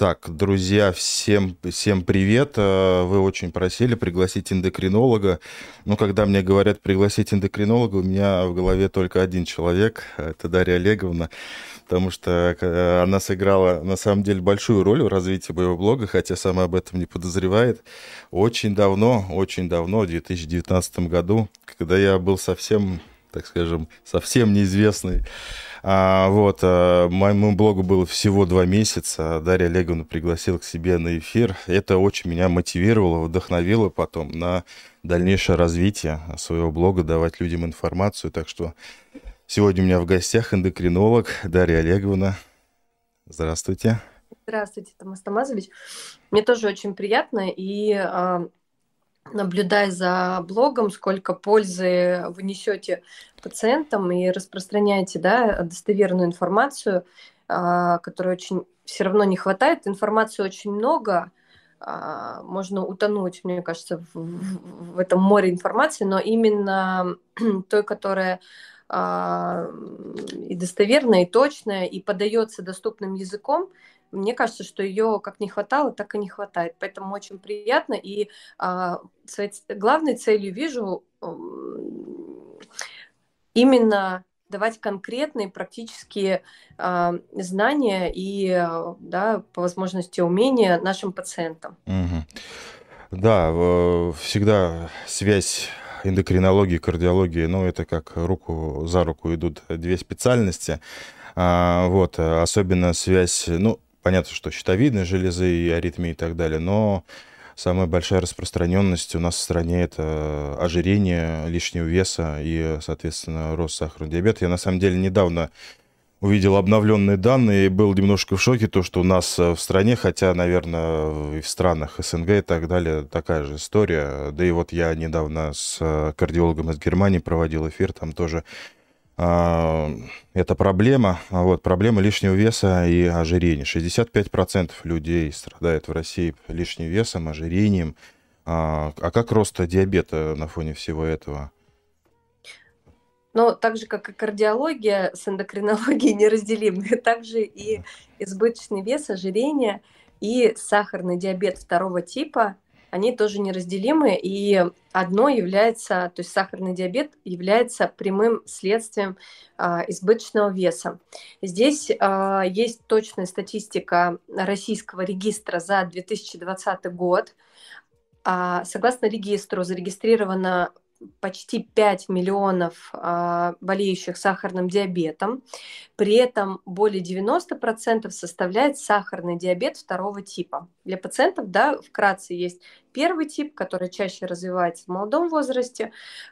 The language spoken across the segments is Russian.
Так, друзья, всем привет. Вы очень просили пригласить эндокринолога. Но когда мне говорят пригласить эндокринолога, у меня в голове только один человек, это Дарья Олеговна, потому что она сыграла на самом деле большую роль в развитии моего блога, хотя сама об этом не подозревает. Очень давно, в 2019 году, когда я был совсем, так скажем, совсем неизвестный. Моему блогу было всего 2 месяца. Дарья Олеговна пригласила к себе на эфир. Это очень меня мотивировало, вдохновило потом на дальнейшее развитие своего блога, давать людям информацию. Так что сегодня у меня в гостях эндокринолог Дарья Олеговна. Здравствуйте. Здравствуйте, Томас Томазович. Мне тоже очень приятно, и наблюдая за блогом, сколько пользы вы несете пациентам и распространяете, да, достоверную информацию, которой очень все равно не хватает. Информации очень много, можно утонуть, мне кажется, в этом море информации, но именно той, которая и достоверная, и точная, и подается доступным языком, мне кажется, что ее как не хватало, так и не хватает. Поэтому очень приятно. И своей главной целью вижу именно давать конкретные практические знания и, да, по возможности умения нашим пациентам. Мгм. Да, всегда связь эндокринологии и кардиологии, ну, это как руку за руку идут две специальности. Особенно связь, ну, понятно, что щитовидной железы и аритмии и так далее, но самая большая распространенность у нас в стране — это ожирение, лишнего веса и, соответственно, рост сахарного диабета. Я, на самом деле, недавно увидел обновленные данные и был немножко в шоке, то, что у нас в стране, хотя, наверное, и в странах СНГ и так далее, такая же история. Да и вот я недавно с кардиологом из Германии проводил эфир, там тоже это проблема, проблема лишнего веса и ожирения. 65% людей страдают в России лишним весом, ожирением. А как рост диабета на фоне всего этого? Но так же, как и кардиология с эндокринологией неразделимы, также и избыточный вес, ожирение и сахарный диабет второго типа, они тоже неразделимы, и одно является, то есть сахарный диабет является прямым следствием избыточного веса. Здесь есть точная статистика Российского регистра за 2020 год. Согласно регистру, зарегистрировано почти 5 миллионов болеющих сахарным диабетом. При этом более 90% составляет сахарный диабет второго типа. Для пациентов, да, вкратце есть первый тип, который чаще развивается в молодом возрасте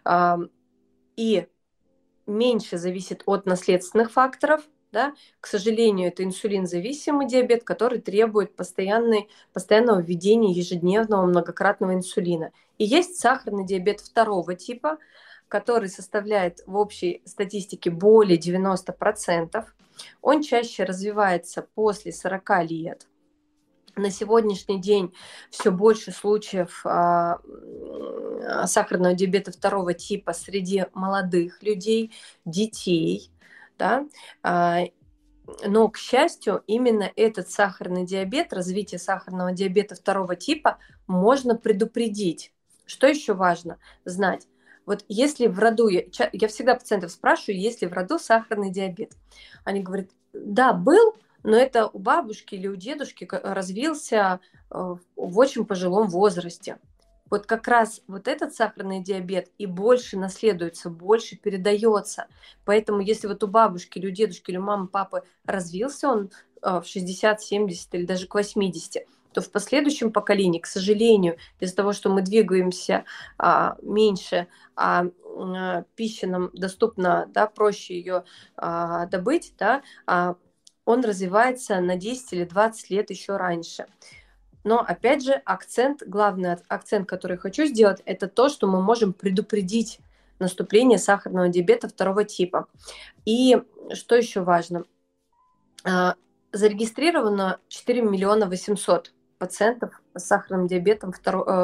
и меньше зависит от наследственных факторов. Да? К сожалению, это инсулинзависимый диабет, который требует постоянного введения ежедневного многократного инсулина. И есть сахарный диабет второго типа, который составляет в общей статистике более 90%. Он чаще развивается после 40 лет. На сегодняшний день все больше случаев сахарного диабета второго типа среди молодых людей, детей. Да? Но, к счастью, именно этот сахарный диабет, развитие сахарного диабета второго типа можно предупредить. Что еще важно знать? Вот если в роду, я всегда пациентов спрашиваю, есть ли в роду сахарный диабет. Они говорят, да, был, но это у бабушки или у дедушки развился в очень пожилом возрасте. Вот как раз вот этот сахарный диабет и больше наследуется, больше передается. Поэтому если вот у бабушки или у дедушки или у мамы, папы развился он в 60, 70 или даже к 80, то в последующем поколении, к сожалению, из-за того, что мы двигаемся меньше, пища нам доступна, да, проще ее добыть, да, он развивается на 10 или 20 лет еще раньше. Но опять же, главный акцент, который я хочу сделать, это то, что мы можем предупредить наступление сахарного диабета второго типа. И что еще важно? Зарегистрировано 4 миллиона 800 пациентов с сахарным диабетом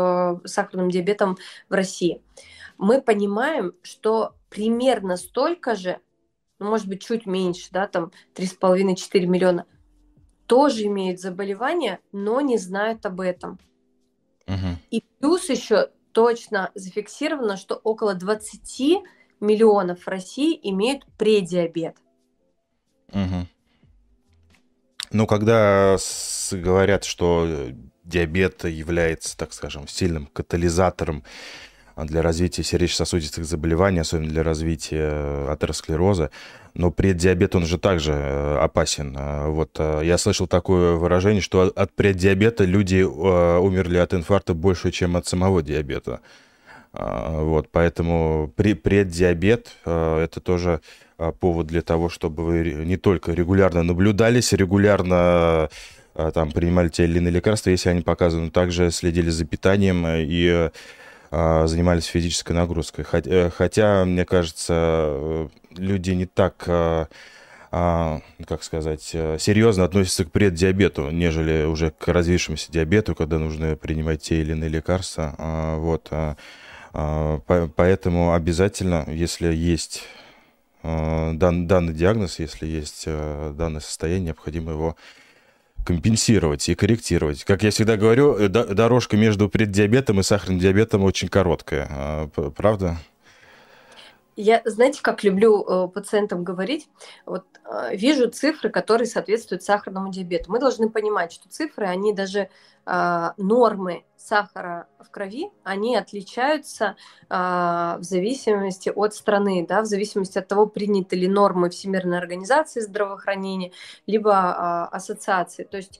в России. Мы понимаем, что примерно столько же, ну, может быть, чуть меньше, да, там 3,5-4 миллиона, тоже имеют заболевание, но не знают об этом. Мгм. И плюс еще точно зафиксировано, что около 20 миллионов в России имеют предиабет. Мгм. Ну, когда говорят, что диабет является, так скажем, сильным катализатором для развития сердечно-сосудистых заболеваний, особенно для развития атеросклероза, но преддиабет, он же также опасен. Вот я слышал такое выражение, что от преддиабета люди умерли от инфаркта больше, чем от самого диабета. Вот, поэтому преддиабет это тоже повод для того, чтобы вы не только регулярно наблюдались, регулярно там принимали те или иные лекарства, если они показаны, но также следили за питанием и занимались физической нагрузкой. Хотя, мне кажется, люди не так, как сказать, серьезно относятся к преддиабету, нежели уже к развившемуся диабету, когда нужно принимать те или иные лекарства. Вот. Поэтому обязательно, если есть данный диагноз, если есть данное состояние, необходимо его компенсировать и корректировать. Как я всегда говорю, дорожка между преддиабетом и сахарным диабетом очень короткая. Правда? Я, знаете, как люблю пациентам говорить, вот вижу цифры, которые соответствуют сахарному диабету. Мы должны понимать, что цифры, они даже нормы сахара в крови, они отличаются в зависимости от страны, да, в зависимости от того, приняты ли нормы Всемирной организации здравоохранения, либо ассоциации. То есть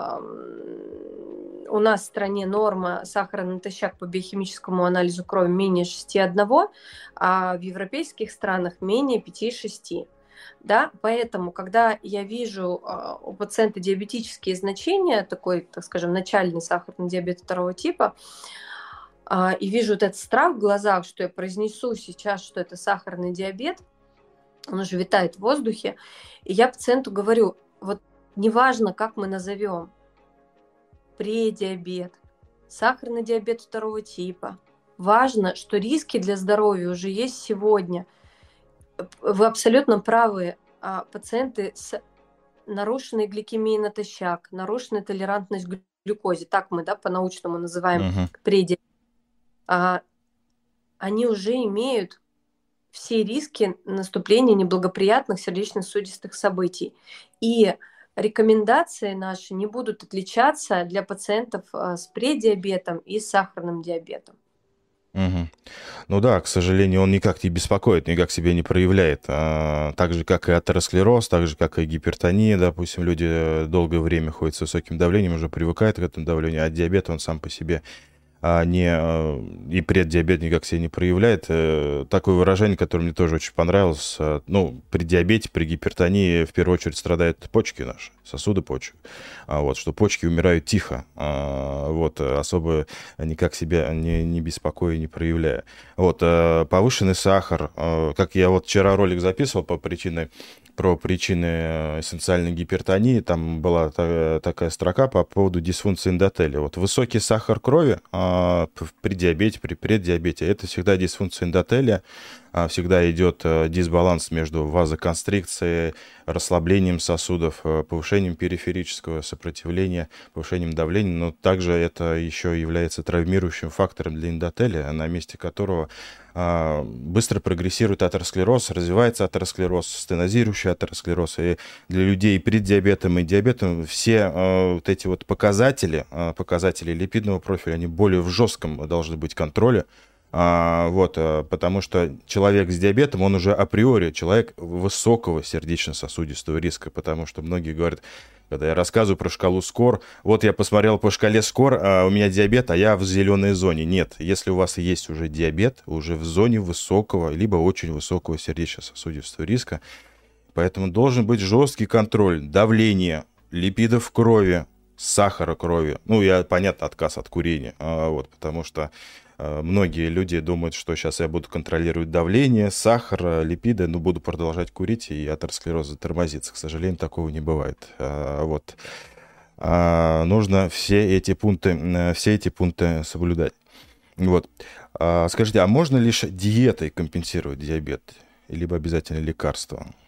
у нас в стране норма сахара натощак по биохимическому анализу крови менее 6,1, а в европейских странах менее 5,6. Да? Поэтому, когда я вижу у пациента диабетические значения, такой, так скажем, начальный сахарный диабет второго типа, и вижу вот этот страх в глазах, что я произнесу сейчас, что это сахарный диабет, он уже витает в воздухе, и я пациенту говорю, вот неважно, как мы назовем, предиабет, сахарный диабет второго типа, важно, что риски для здоровья уже есть сегодня. Вы абсолютно правы. Пациенты с нарушенной гликемией натощак, нарушенной толерантность к глюкозе, так мы, да, по-научному называем предиабет, они уже имеют все риски наступления неблагоприятных сердечно-сосудистых событий. И рекомендации наши не будут отличаться для пациентов с предиабетом и с сахарным диабетом. Мгм. Ну да, к сожалению, он никак не беспокоит, никак себя не проявляет. Так же, как и атеросклероз, так же, как и гипертония, допустим, люди долгое время ходят с высоким давлением, уже привыкают к этому давлению, а диабет, он сам по себе и преддиабет никак себя не проявляет. Такое выражение, которое мне тоже очень понравилось. Ну, при диабете, при гипертонии в первую очередь страдают почки наши, сосуды почек. Вот, что почки умирают тихо, вот, особо никак себя не беспокоя, не проявляя. Вот, повышенный сахар, как я вот вчера ролик записывал про причины эссенциальной гипертонии, там была такая строка по поводу дисфункции эндотелия. Вот высокий сахар крови при диабете, при преддиабете, это всегда дисфункция эндотелия, всегда идет дисбаланс между вазоконстрикцией, расслаблением сосудов, повышением периферического сопротивления, повышением давления, но также это еще является травмирующим фактором для эндотелия, на месте которого быстро прогрессирует атеросклероз, развивается атеросклероз, стенозирующий атеросклероз. И для людей преддиабетом и диабетом все вот эти вот показатели липидного профиля, они более в жестком должны быть контроле. Вот, потому что человек с диабетом, он уже априори человек высокого сердечно-сосудистого риска, потому что многие говорят, когда я рассказываю про шкалу СКОР, вот я посмотрел по шкале СКОР, у меня диабет, а я в зеленой зоне. Нет, если у вас есть уже диабет, уже в зоне высокого, либо очень высокого сердечно-сосудистого риска, поэтому должен быть жесткий контроль давления, липидов в крови, сахара крови. Ну, понятно, отказ от курения, вот, потому что многие люди думают, что сейчас я буду контролировать давление, сахар, липиды, но буду продолжать курить, и атеросклероз затормозится. К сожалению, такого не бывает. Вот. Нужно все эти пункты соблюдать. Вот. Скажите, а можно лишь диетой компенсировать диабет? Либо обязательно лекарства?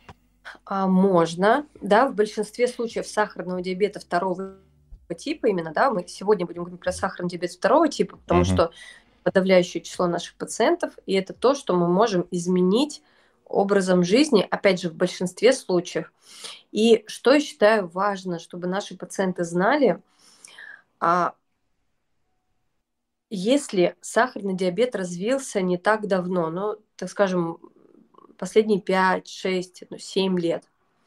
Можно, да, в большинстве случаев сахарного диабета второго типа именно, да, мы сегодня будем говорить про сахарный диабет второго типа, потому Мгм. что подавляющее число наших пациентов, и это то, что мы можем изменить образом жизни, опять же, в большинстве случаев. И что я считаю важно, чтобы наши пациенты знали, а если сахарный диабет развился не так давно, ну, так скажем, последние 5, 6, 7 лет,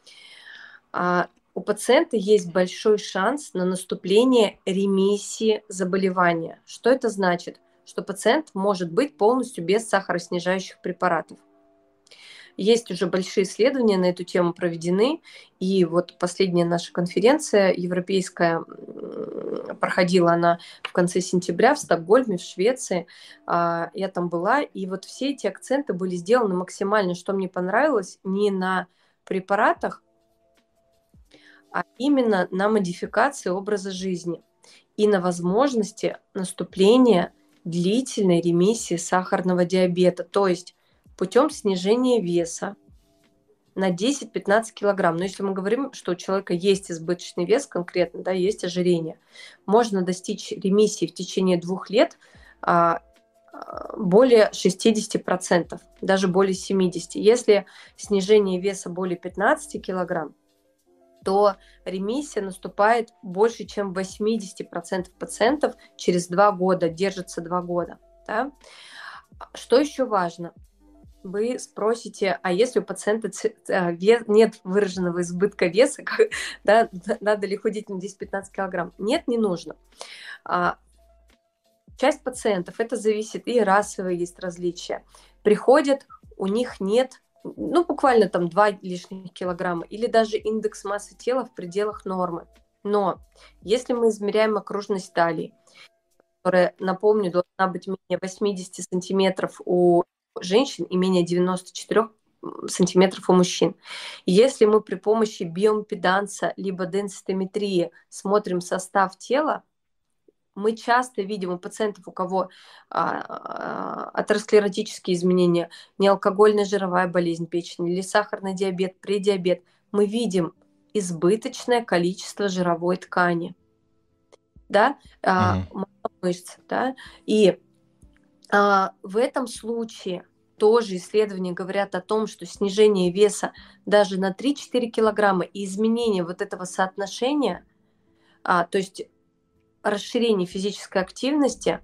у пациента есть большой шанс на наступление ремиссии заболевания. Что это значит? Что пациент может быть полностью без сахароснижающих препаратов. Есть уже большие исследования на эту тему проведены, и вот последняя наша конференция европейская, проходила она в конце сентября в Стокгольме, в Швеции. Я там была, и вот все эти акценты были сделаны максимально, что мне понравилось, не на препаратах, а именно на модификации образа жизни и на возможности наступления длительной ремиссии сахарного диабета, то есть путем снижения веса на 10-15 килограмм. Но если мы говорим, что у человека есть избыточный вес конкретно, да, есть ожирение, можно достичь ремиссии в течение 2 лет более 60%, даже более 70%. Если снижение веса более 15 килограмм, то ремиссия наступает больше, чем 80% пациентов через 2 года, держится 2 года. Да? Что еще важно? Вы спросите, а если у пациента нет выраженного избытка веса, да, надо ли худеть на 10-15 килограмм? Нет, не нужно. Часть пациентов, это зависит, и расовые есть различия, приходят, у них нет, ну, буквально там 2 лишних килограмма, или даже индекс массы тела в пределах нормы. Но если мы измеряем окружность талии, которая, напомню, должна быть менее 80 сантиметров у женщин и менее 94 сантиметров у мужчин. Если мы при помощи биоимпеданса либо денситометрии смотрим состав тела, мы часто видим у пациентов, у кого атеросклеротические изменения, неалкогольная жировая болезнь печени или сахарный диабет, предиабет, мы видим избыточное количество жировой ткани, да, Мгм. мышц, да, и в этом случае тоже исследования говорят о том, что снижение веса даже на 3-4 килограмма и изменение вот этого соотношения, то есть расширение физической активности,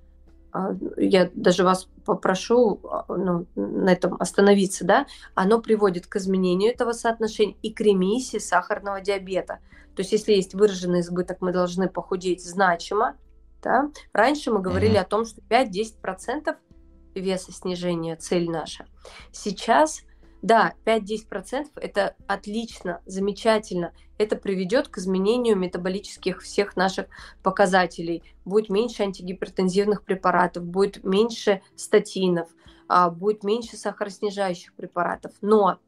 я даже вас попрошу на этом остановиться, да, оно приводит к изменению этого соотношения и к ремиссии сахарного диабета. То есть если есть выраженный избыток, мы должны похудеть значимо. Да? Раньше мы говорили Мгм. о том, что 5-10% веса снижения цель наша. Сейчас, да, 5-10% это отлично, замечательно. Это приведет к изменению метаболических всех наших показателей. Будет меньше антигипертензивных препаратов, будет меньше статинов, будет меньше сахароснижающих препаратов. Но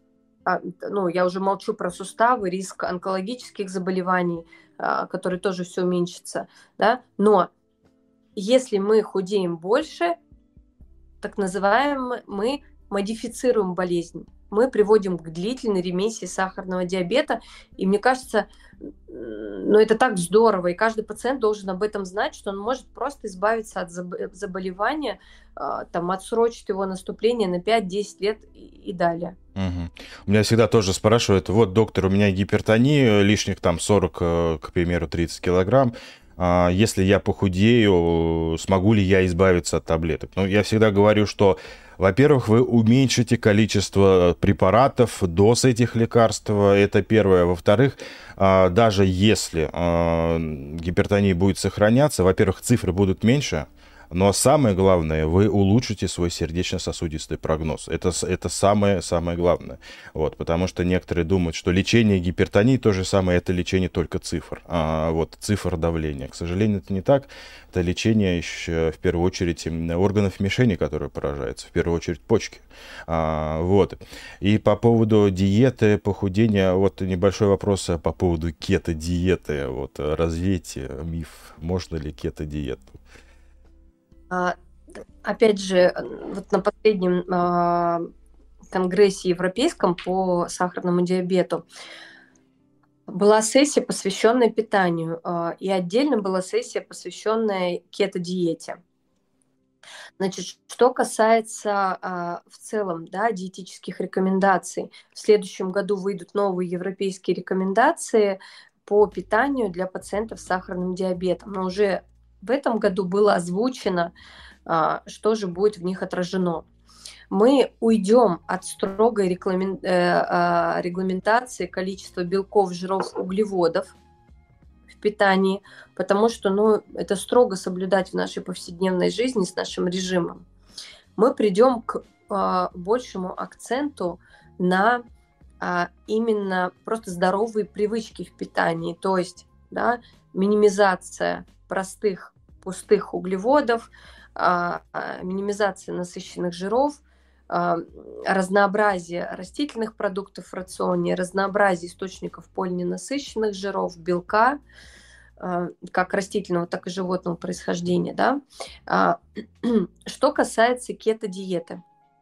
я уже молчу про суставы, риск онкологических заболеваний, который тоже все уменьшится. Да? Но если мы худеем больше, так называемым, мы модифицируем болезнь. Мы приводим к длительной ремиссии сахарного диабета. И мне кажется, это так здорово. И каждый пациент должен об этом знать, что он может просто избавиться от заболевания, отсрочить его наступление на 5-10 лет и далее. Мгм. У меня всегда тоже спрашивают: вот, доктор, у меня гипертония, лишних там 40, к примеру, 30 килограмм. Если я похудею, смогу ли я избавиться от таблеток? Ну, я всегда говорю, что, во-первых, вы уменьшите количество препаратов, доз этих лекарств, это первое. Во-вторых, даже если гипертония будет сохраняться, во-первых, цифры будут меньше, но самое главное, вы улучшите свой сердечно-сосудистый прогноз. Это самое главное. Вот, потому что некоторые думают, что лечение гипертонии то же самое, это лечение только цифр. Цифр давления. К сожалению, это не так. Это лечение еще, в первую очередь, органов мишени, которые поражаются, в первую очередь почки. И по поводу диеты, похудения, вот небольшой вопрос по поводу кето-диеты. Вот развейте миф, можно ли кето-диету? Опять же, вот на последнем конгрессе европейском по сахарному диабету была сессия, посвященная питанию, и отдельно была сессия, посвященная кето-диете. Значит, что касается в целом, да, диетических рекомендаций, в следующем году выйдут новые европейские рекомендации по питанию для пациентов с сахарным диабетом. Но уже в этом году было озвучено, что же будет в них отражено. Мы уйдем от строгой регламентации количества белков, жиров, углеводов в питании, потому что это строго соблюдать в нашей повседневной жизни с нашим режимом. Мы придем к большему акценту на именно просто здоровые привычки в питании, то есть, да, минимизация простых пустых углеводов, минимизация насыщенных жиров, разнообразие растительных продуктов в рационе, разнообразие источников полиненасыщенных жиров, белка, как растительного, так и животного происхождения. Да? Что касается кето-диеты,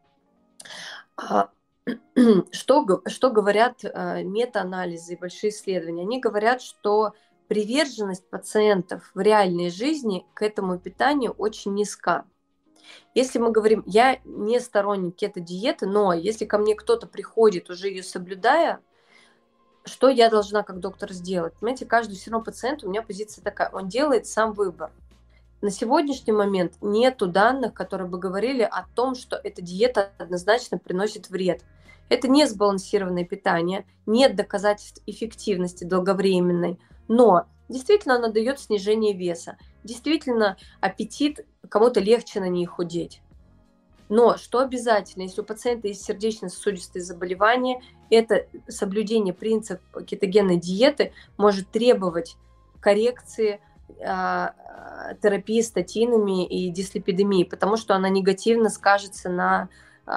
что говорят мета-анализы и большие исследования? Они говорят, что приверженность пациентов в реальной жизни к этому питанию очень низка. Если мы говорим, я не сторонник кето-диеты, но если ко мне кто-то приходит, уже ее соблюдая, что я должна как доктор сделать? Понимаете, каждый все равно пациент, у меня позиция такая, он делает сам выбор. На сегодняшний момент нету данных, которые бы говорили о том, что эта диета однозначно приносит вред. Это не сбалансированное питание, нет доказательств эффективности долговременной, но действительно она дает снижение веса, действительно аппетит, кому-то легче на ней худеть. Но что обязательно, если у пациента есть сердечно-сосудистые заболевания, это соблюдение принципа кетогенной диеты может требовать коррекции терапии статинами и дислипидемией, потому что она негативно скажется на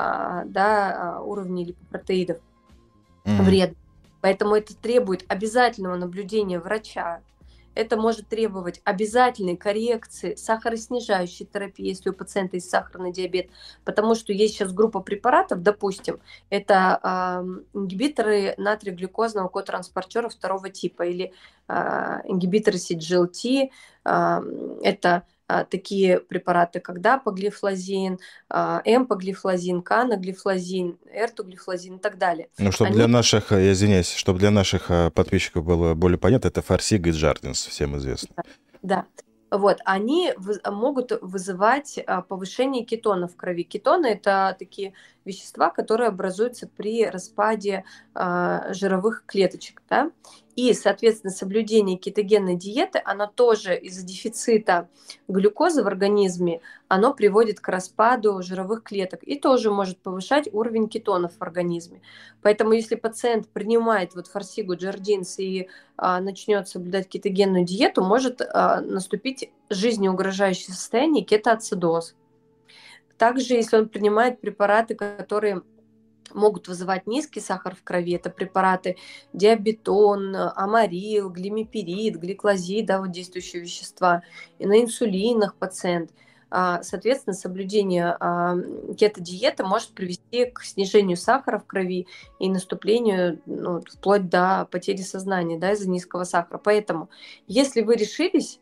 уровне липопротеидов вред. Поэтому это требует обязательного наблюдения врача. Это может требовать обязательной коррекции сахароснижающей терапии, если у пациента есть сахарный диабет, потому что есть сейчас группа препаратов, допустим, это ингибиторы натрий-глюкозного котранспортера второго типа или ингибиторы CGLT, это такие препараты, как дапаглифлозин, эмпаглифлозин, канаглифлозин, эртуглифлозин и так далее. Ну, чтобы для наших, я извиняюсь, чтобы для наших подписчиков было более понятно, это Фарсига и Джардинс, всем известно. Да. Вот, они могут вызывать повышение кетонов в крови. Кетоны – это такие вещества, которые образуются при распаде жировых клеточек. Да? И, соответственно, соблюдение кетогенной диеты, оно тоже из-за дефицита глюкозы в организме, оно приводит к распаду жировых клеток и тоже может повышать уровень кетонов в организме. Поэтому, если пациент принимает Фарсигу, Джардинс и начнет соблюдать кетогенную диету, может наступить жизнеугрожающее состояние кетоацидоз. Также, если он принимает препараты, которые могут вызывать низкий сахар в крови, это препараты диабетон, амарил, глимепирид, гликлозид, действующие вещества, и на инсулинах пациент. Соответственно, соблюдение кето-диеты может привести к снижению сахара в крови и наступлению вплоть до потери сознания из-за низкого сахара. Поэтому, если вы решились,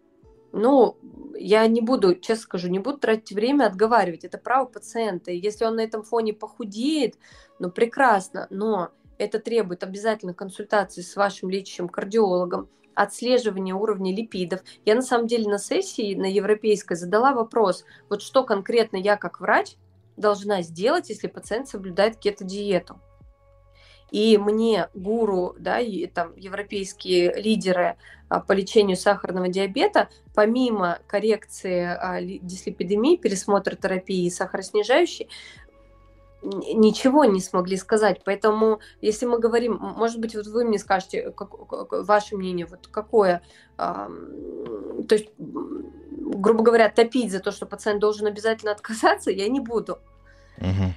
я не буду, честно скажу, не буду тратить время отговаривать. Это право пациента. И если он на этом фоне похудеет, прекрасно, но это требует обязательно консультации с вашим лечащим кардиологом, отслеживания уровня липидов. Я на самом деле на сессии на европейской задала вопрос, что конкретно я как врач должна сделать, если пациент соблюдает кето-диету. И мне гуру, и европейские лидеры по лечению сахарного диабета, помимо коррекции дислипидемии, пересмотра терапии сахароснижающей, ничего не смогли сказать. Поэтому, если мы говорим, может быть, вы мне скажете, ваше мнение, какое, то есть, грубо говоря, топить за то, что пациент должен обязательно отказаться, я не буду. Угу.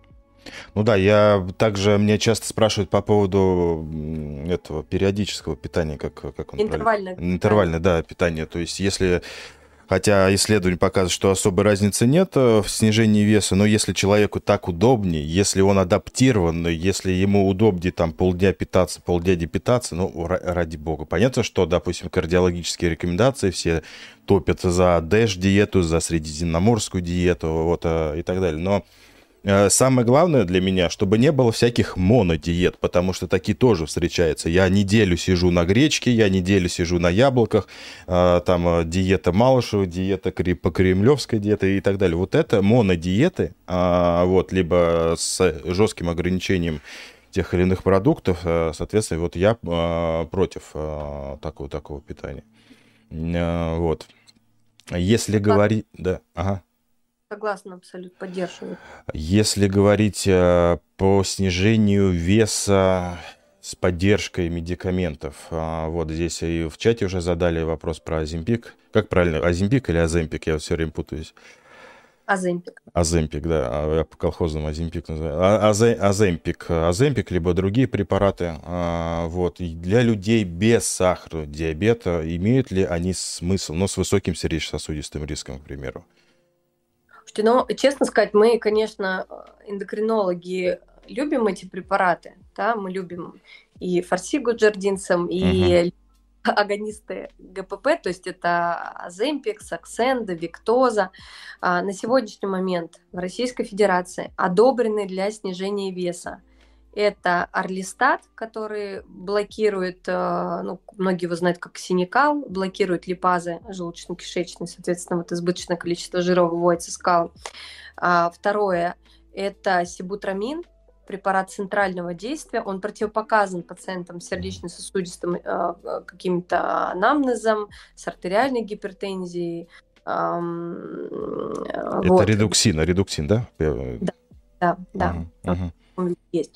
Меня часто спрашивают по поводу этого периодического питания, как он интервальное интервальное, питание. То есть, если Хотя исследования показывают, что особой разницы нет в снижении веса, но если человеку так удобнее, если он адаптированный, если ему удобнее там полдня питаться, полдня не питаться, ну, ради бога. Понятно, что, допустим, кардиологические рекомендации все топят за ДЭШ-диету, за средиземноморскую диету, вот, и так далее. Но самое главное для меня, чтобы не было всяких монодиет, потому что такие тоже встречаются. Я неделю сижу на гречке, я неделю сижу на яблоках, там диета Малышева, диета по кремлевской диете и так далее. Вот это монодиеты, вот, либо с жестким ограничением тех или иных продуктов, соответственно, вот я против такого питания. Вот. Если говорить... Да, ага. Согласна, абсолютно поддерживаю. Если говорить по снижению веса с поддержкой медикаментов, вот здесь и в чате уже задали вопрос про Оземпик. Как правильно, Оземпик или Оземпик? Я все время путаюсь. Оземпик. Оземпик, да, я по колхозному Оземпик называю. Оземпик, либо другие препараты. Вот. И для людей без сахарного диабета имеют ли они смысл, но с высоким сердечно-сосудистым риском, к примеру? Ну, честно сказать, мы, конечно, эндокринологи, любим эти препараты, да, мы любим и фарсигу джардинцем, и агонисты ГПП, то есть это Оземпик, Саксенда, Виктоза. На сегодняшний момент в Российской Федерации одобрены для снижения веса. Это Орлистат, который блокирует, ну, многие его знают как синекал, блокирует липазы желудочно-кишечные, соответственно, вот избыточное количество жира выводится из кала. Второе – это сибутрамин, препарат центрального действия. Он противопоказан пациентам с сердечно-сосудистым каким-то анамнезом, с артериальной гипертензией. Это Вот. редуксин, да? Да. Есть.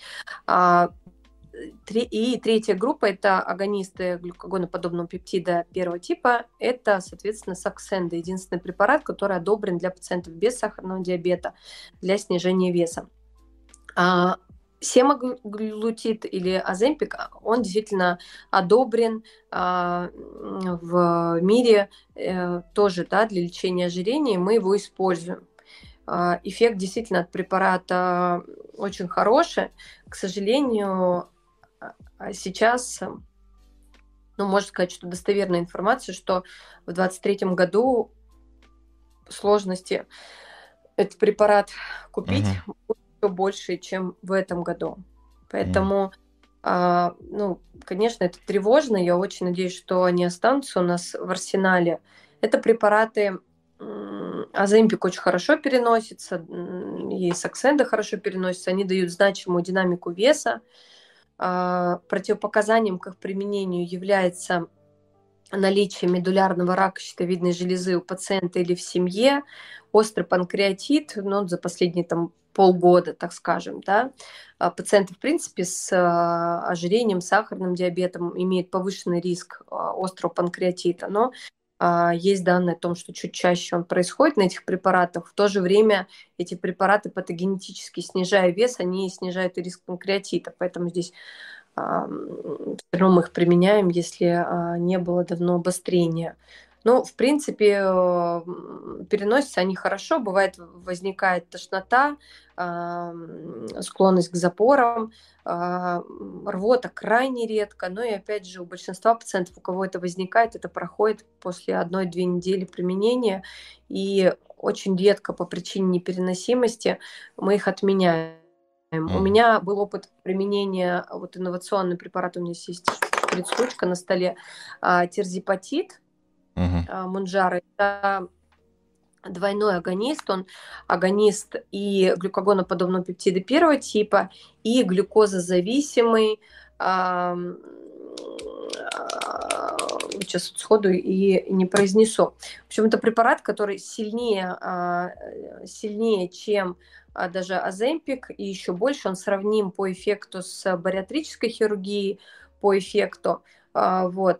И третья группа – это агонисты глюкагоноподобного пептида первого типа. Это, соответственно, Саксенда, единственный препарат, который одобрен для пациентов без сахарного диабета для снижения веса. Семаглутид или Оземпик, он действительно одобрен в мире тоже, да, для лечения ожирения, мы его используем. Эффект действительно от препарата очень хороший. К сожалению, сейчас, ну, можно сказать, что достоверная информация, что в 2023 году сложности этот препарат купить будет еще больше, чем в этом году. Поэтому, ну, конечно, это тревожно. Я очень надеюсь, что они останутся у нас в арсенале. Это препараты... Оземпик очень хорошо переносится, и Саксенда хорошо переносится, они дают значимую динамику веса. Противопоказанием к их применению является наличие медулярного рака щитовидной железы у пациента или в семье, острый панкреатит, ну, за последние там полгода, так скажем, да. Пациенты, в принципе, с ожирением, сахарным диабетом имеют повышенный риск острого панкреатита, но есть данные о том, что чуть чаще он происходит на этих препаратах. В то же время эти препараты патогенетически, снижая вес, они снижают и риск панкреатита. Поэтому здесь все равно мы их применяем, если не было давно обострения. Ну, в принципе, переносятся они хорошо. Бывает, возникает тошнота, склонность к запорам, рвота крайне редко. Но и опять же, у большинства пациентов, у кого это возникает, это проходит после 1-2 недели применения. И очень редко по причине непереносимости мы их отменяем. У меня был опыт применения вот инновационный препарат, у меня есть шприц-ручка на столе, тирзипатид, Монджаро. Это двойной агонист, он агонист и глюкагоноподобного пептида первого типа, и глюкозозависимый, сейчас сходу и не произнесу. В общем, это препарат, который сильнее, чем даже Оземпик, и еще больше он сравним по эффекту с бариатрической хирургией, по эффекту. Вот.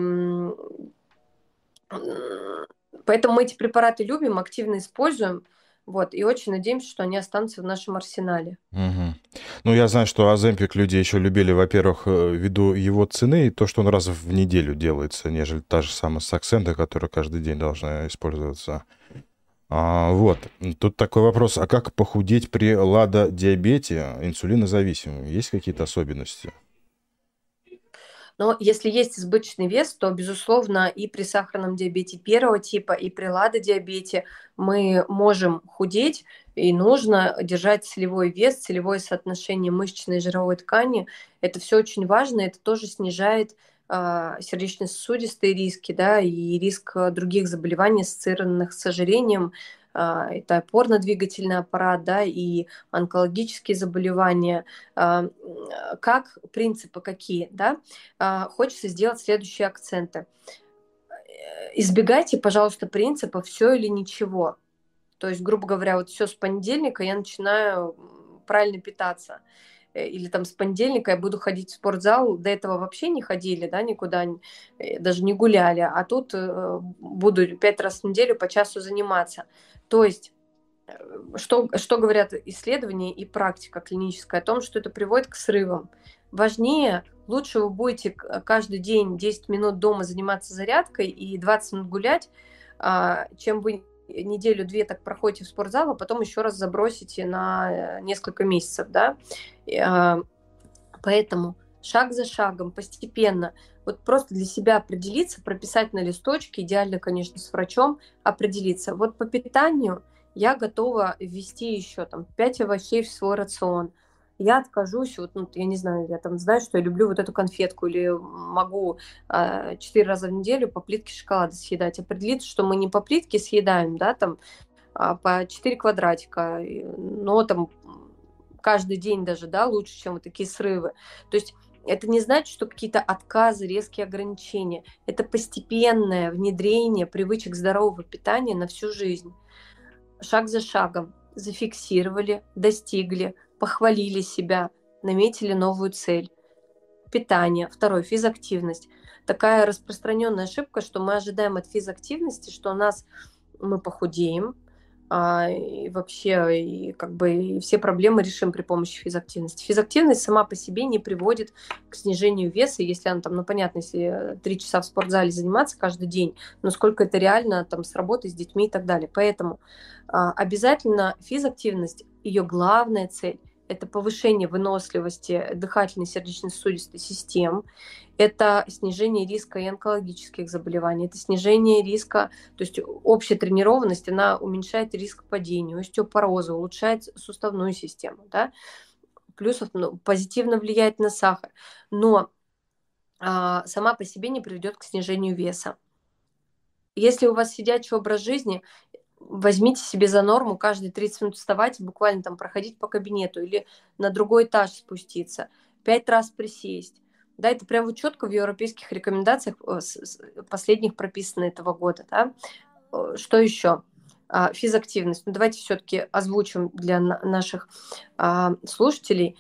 Поэтому мы эти препараты любим, активно используем, вот, и очень надеемся, что они останутся в нашем арсенале. Ну, я знаю, что Оземпик люди еще любили, во-первых, ввиду его цены и то, что он раз в неделю делается, нежели та же самая Саксента, которая каждый день должна использоваться. Вот. Тут такой вопрос. А как похудеть при ладодиабете инсулинозависимым? Есть какие-то особенности? Но если есть избыточный вес, то, безусловно, и при сахарном диабете первого типа, и при ладодиабете мы можем худеть, и нужно держать целевой вес, целевое соотношение мышечной и жировой ткани. Это все очень важно, это тоже снижает сердечно-сосудистые риски, да, и риск других заболеваний, ассоциированных с ожирением. Это опорно-двигательный аппарат, да, и онкологические заболевания. Как принципы какие, да? Хочется сделать следующие акценты. Избегайте, пожалуйста, принципа «все или ничего». То есть, грубо говоря, вот все с понедельника я начинаю правильно питаться. Или там с понедельника я буду ходить в спортзал. До этого вообще не ходили, да, никуда, даже не гуляли. А тут буду 5 раз в неделю по часу заниматься. То есть что говорят исследования и практика клиническая о том, что это приводит к срывам. Важнее, лучше вы будете каждый день 10 минут дома заниматься зарядкой и 20 минут гулять, чем вы неделю-две так проходите в спортзал, а потом еще раз забросите на несколько месяцев, да. Поэтому шаг за шагом, постепенно, вот просто для себя определиться, прописать на листочке, идеально, конечно, с врачом определиться. Вот по питанию я готова ввести еще там 5 овощей в свой рацион. Я откажусь, вот, ну, я не знаю, я там знаю, что я люблю вот эту конфетку, или могу 4 раза в неделю по плитке шоколада съедать. Определиться, что мы не по плитке съедаем, да, там, по 4 квадратика, но там каждый день даже, да, лучше, чем вот такие срывы. То есть это не значит, что какие-то отказы, резкие ограничения. Это постепенное внедрение привычек здорового питания на всю жизнь. Шаг за шагом зафиксировали, достигли, похвалили себя, наметили новую цель. Питание. Второе, физактивность. Такая распространенная ошибка, что мы ожидаем от физактивности, что мы похудеем, и вообще и как бы и все проблемы решим при помощи физактивности. Физактивность сама по себе не приводит к снижению веса, если она там, ну понятно, если 3 часа в спортзале заниматься каждый день, но сколько это реально там с работой, с детьми и так далее. Поэтому обязательно физактивность, ее главная цель – это повышение выносливости дыхательной и сердечно-сосудистой систем, это снижение риска и онкологических заболеваний, это снижение риска, то есть общая тренированность, она уменьшает риск падения, остеопороза, улучшает суставную систему, да? Плюс позитивно влияет на сахар, но сама по себе не приведет к снижению веса. Если у вас сидячий образ жизни, возьмите себе за норму каждые 30 минут вставать, буквально там проходить по кабинету или на другой этаж спуститься, 5 раз присесть. Да, это прям вот четко в европейских рекомендациях последних прописано этого года. Да? Что еще? Физактивность. Ну, давайте все-таки озвучим для наших слушателей.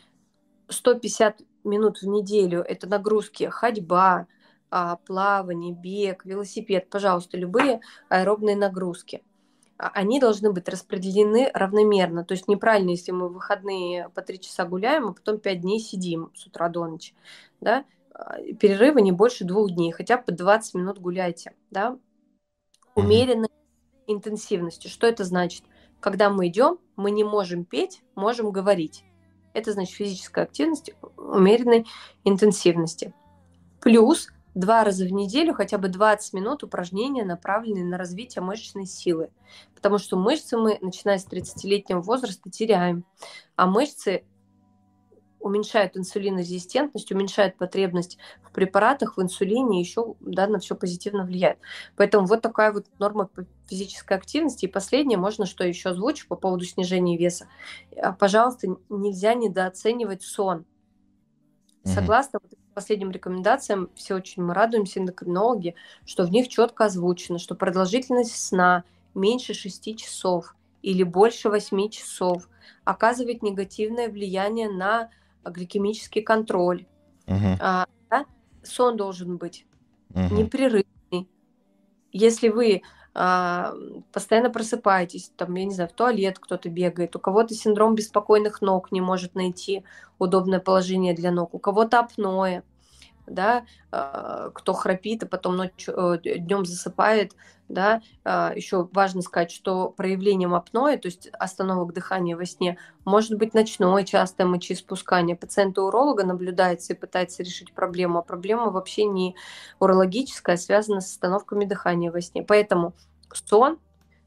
150 минут в неделю – это нагрузки ходьба, плавание, бег, велосипед. Пожалуйста, любые аэробные нагрузки. Они должны быть распределены равномерно. То есть неправильно, если мы в выходные по 3 часа гуляем, а потом 5 дней сидим с утра до ночи. Да? Перерывы не больше 2 дней, хотя бы 20 минут гуляйте. Да? Умеренной интенсивностью. Что это значит? Когда мы идем, мы не можем петь, можем говорить. Это значит физическая активность умеренной интенсивности. Плюс 2 раза в неделю хотя бы 20 минут упражнения, направленные на развитие мышечной силы. Потому что мышцы мы, начиная с 30-летнего возраста, теряем. А мышцы уменьшают инсулинорезистентность, уменьшают потребность в препаратах, в инсулине, еще да, на все позитивно влияет. Поэтому вот такая вот норма физической активности. И последнее, можно что еще озвучу по поводу снижения веса. Пожалуйста, нельзя недооценивать сон. Согласно последним рекомендациям, все очень мы радуемся, эндокринологи, что в них четко озвучено, что продолжительность сна меньше 6 часов или больше 8 часов оказывает негативное влияние на гликемический контроль. Да? Сон должен быть непрерывный. Если вы постоянно просыпаетесь, там, я не знаю, в туалет кто-то бегает, у кого-то синдром беспокойных ног, не может найти удобное положение для ног, у кого-то апноэ, да, кто храпит, и потом ночью, днем засыпает, да. Еще важно сказать, что проявлением апноэ, то есть остановок дыхания во сне, может быть ночное частое мочеиспускание. Пациент у уролога наблюдается и пытается решить проблему, а проблема вообще не урологическая, а связана с остановками дыхания во сне. Поэтому сон,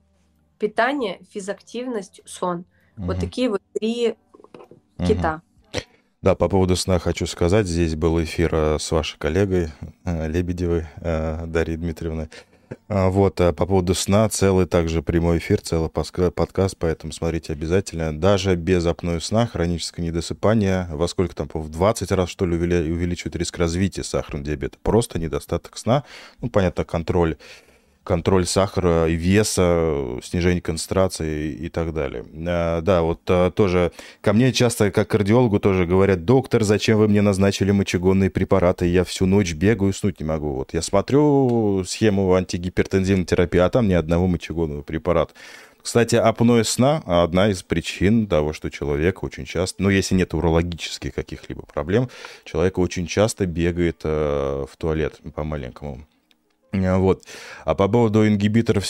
питание, физактивность, сон. Вот Мгм. такие вот три Мгм. кита. Да, по поводу сна хочу сказать. Здесь был эфир с вашей коллегой Лебедевой Дарьей Дмитриевной. Вот, по поводу сна, целый также прямой эфир, целый подкаст, поэтому смотрите обязательно. Даже без апноэ сна, хроническое недосыпание, во сколько там, в 20 раз, что ли, увеличивает риск развития сахарного диабета. Просто недостаток сна, ну, понятно, контроль сахара и веса, снижение концентрации и так далее. Да, вот тоже ко мне часто, как кардиологу, тоже говорят: доктор, зачем вы мне назначили мочегонные препараты? Я всю ночь бегаю, уснуть не могу. Вот я смотрю схему антигипертензивной терапии, а там ни одного мочегонного препарата. Кстати, апноэ сна — одна из причин того, что человек очень часто, ну, если нет урологических каких-либо проблем, человек очень часто бегает в туалет по-маленькому. Вот. А по поводу ингибиторов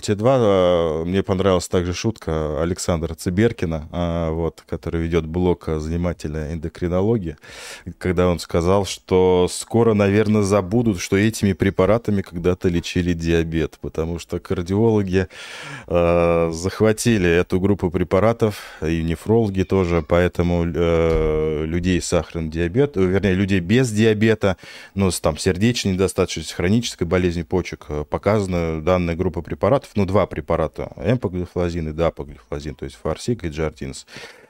CGLT2, мне понравилась также шутка Александра Цыберкина, вот, который ведет блог «Занимательная эндокринология», когда он сказал, что скоро, наверное, забудут, что этими препаратами когда-то лечили диабет, потому что кардиологи захватили эту группу препаратов, и нефрологи тоже, поэтому людей с сахарным диабетом, вернее, людей без диабета, но с там сердечной недостаточностью, хронической болезнью почек, показана данная группа препаратов, ну, два препарата, эмпоглифлозин и дапоглифлозин, то есть Фарсик и Джардинс.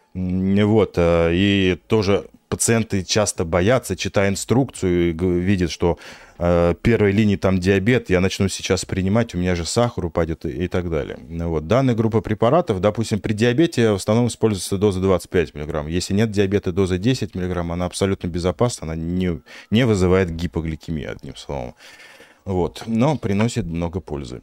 Вот, и тоже пациенты часто боятся, читая инструкцию, видят, что первой линии там диабет, я начну сейчас принимать, у меня же сахар упадет и так далее. Вот. Данная группа препаратов, допустим, при диабете в основном используется доза 25 мг. Если нет диабета, доза 10 мг, она абсолютно безопасна, она не вызывает гипогликемию, одним словом. Вот. Но приносит много пользы.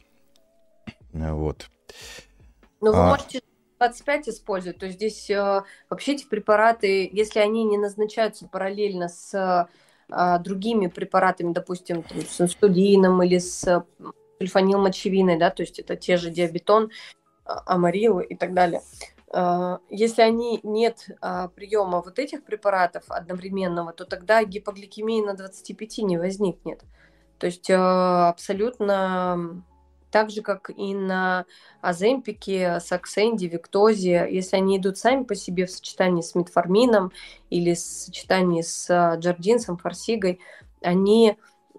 Вот. Но вы можете 25 использовать. То есть здесь вообще эти препараты, если они не назначаются параллельно с другими препаратами, допустим, там, с инсулином или с сульфанилмочевиной, да, то есть это те же диабетон, амарил и так далее. Если они нет приема вот этих препаратов одновременного, то тогда гипогликемии на 25 не возникнет. То есть абсолютно так же, как и на Оземпике, Саксенде, Виктозе, если они идут сами по себе в сочетании с метформином или в сочетании с Джардинсом, Фарсигой, они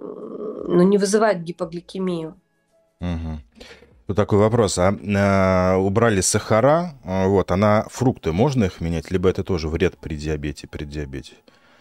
не вызывают гипогликемию. Угу. Вот такой вопрос. Убрали сахара, вот, фрукты можно их менять, либо это тоже вред при диабете, при диабете?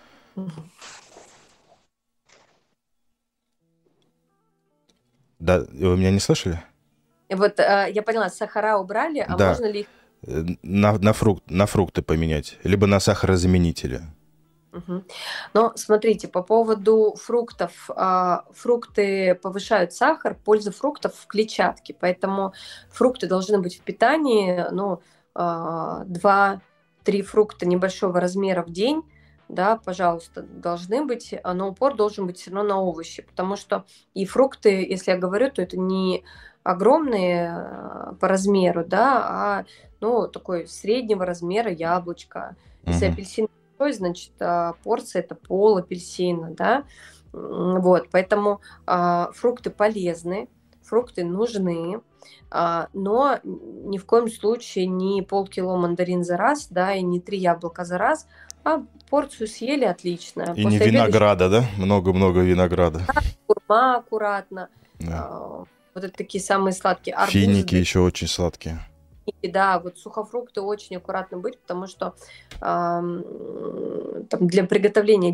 Да, вы меня не слышали? Вот я поняла, сахара убрали, а Да, можно ли их... на фрукты поменять, либо на сахарозаменители. Угу. Но смотрите, по поводу фруктов. Фрукты повышают сахар, польза фруктов в клетчатке, поэтому фрукты должны быть в питании, 2-3 фрукта небольшого размера в день, да, пожалуйста, должны быть, но упор должен быть все равно на овощи, потому что и фрукты, если я говорю, то это не огромные по размеру, да, такой среднего размера яблочко. Если Угу. апельсин, значит, порция это пол апельсина, да, вот, поэтому фрукты полезны, фрукты нужны, но ни в коем случае не полкило мандарин за раз, да, и не 3 яблока за раз, а порцию съели отлично. И не После обеда винограда, да? Много-много винограда. хурма аккуратно, Да. вот это такие самые сладкие, арбузы, Финики еще очень сладкие. да, вот сухофрукты очень аккуратно быть, потому что там для приготовления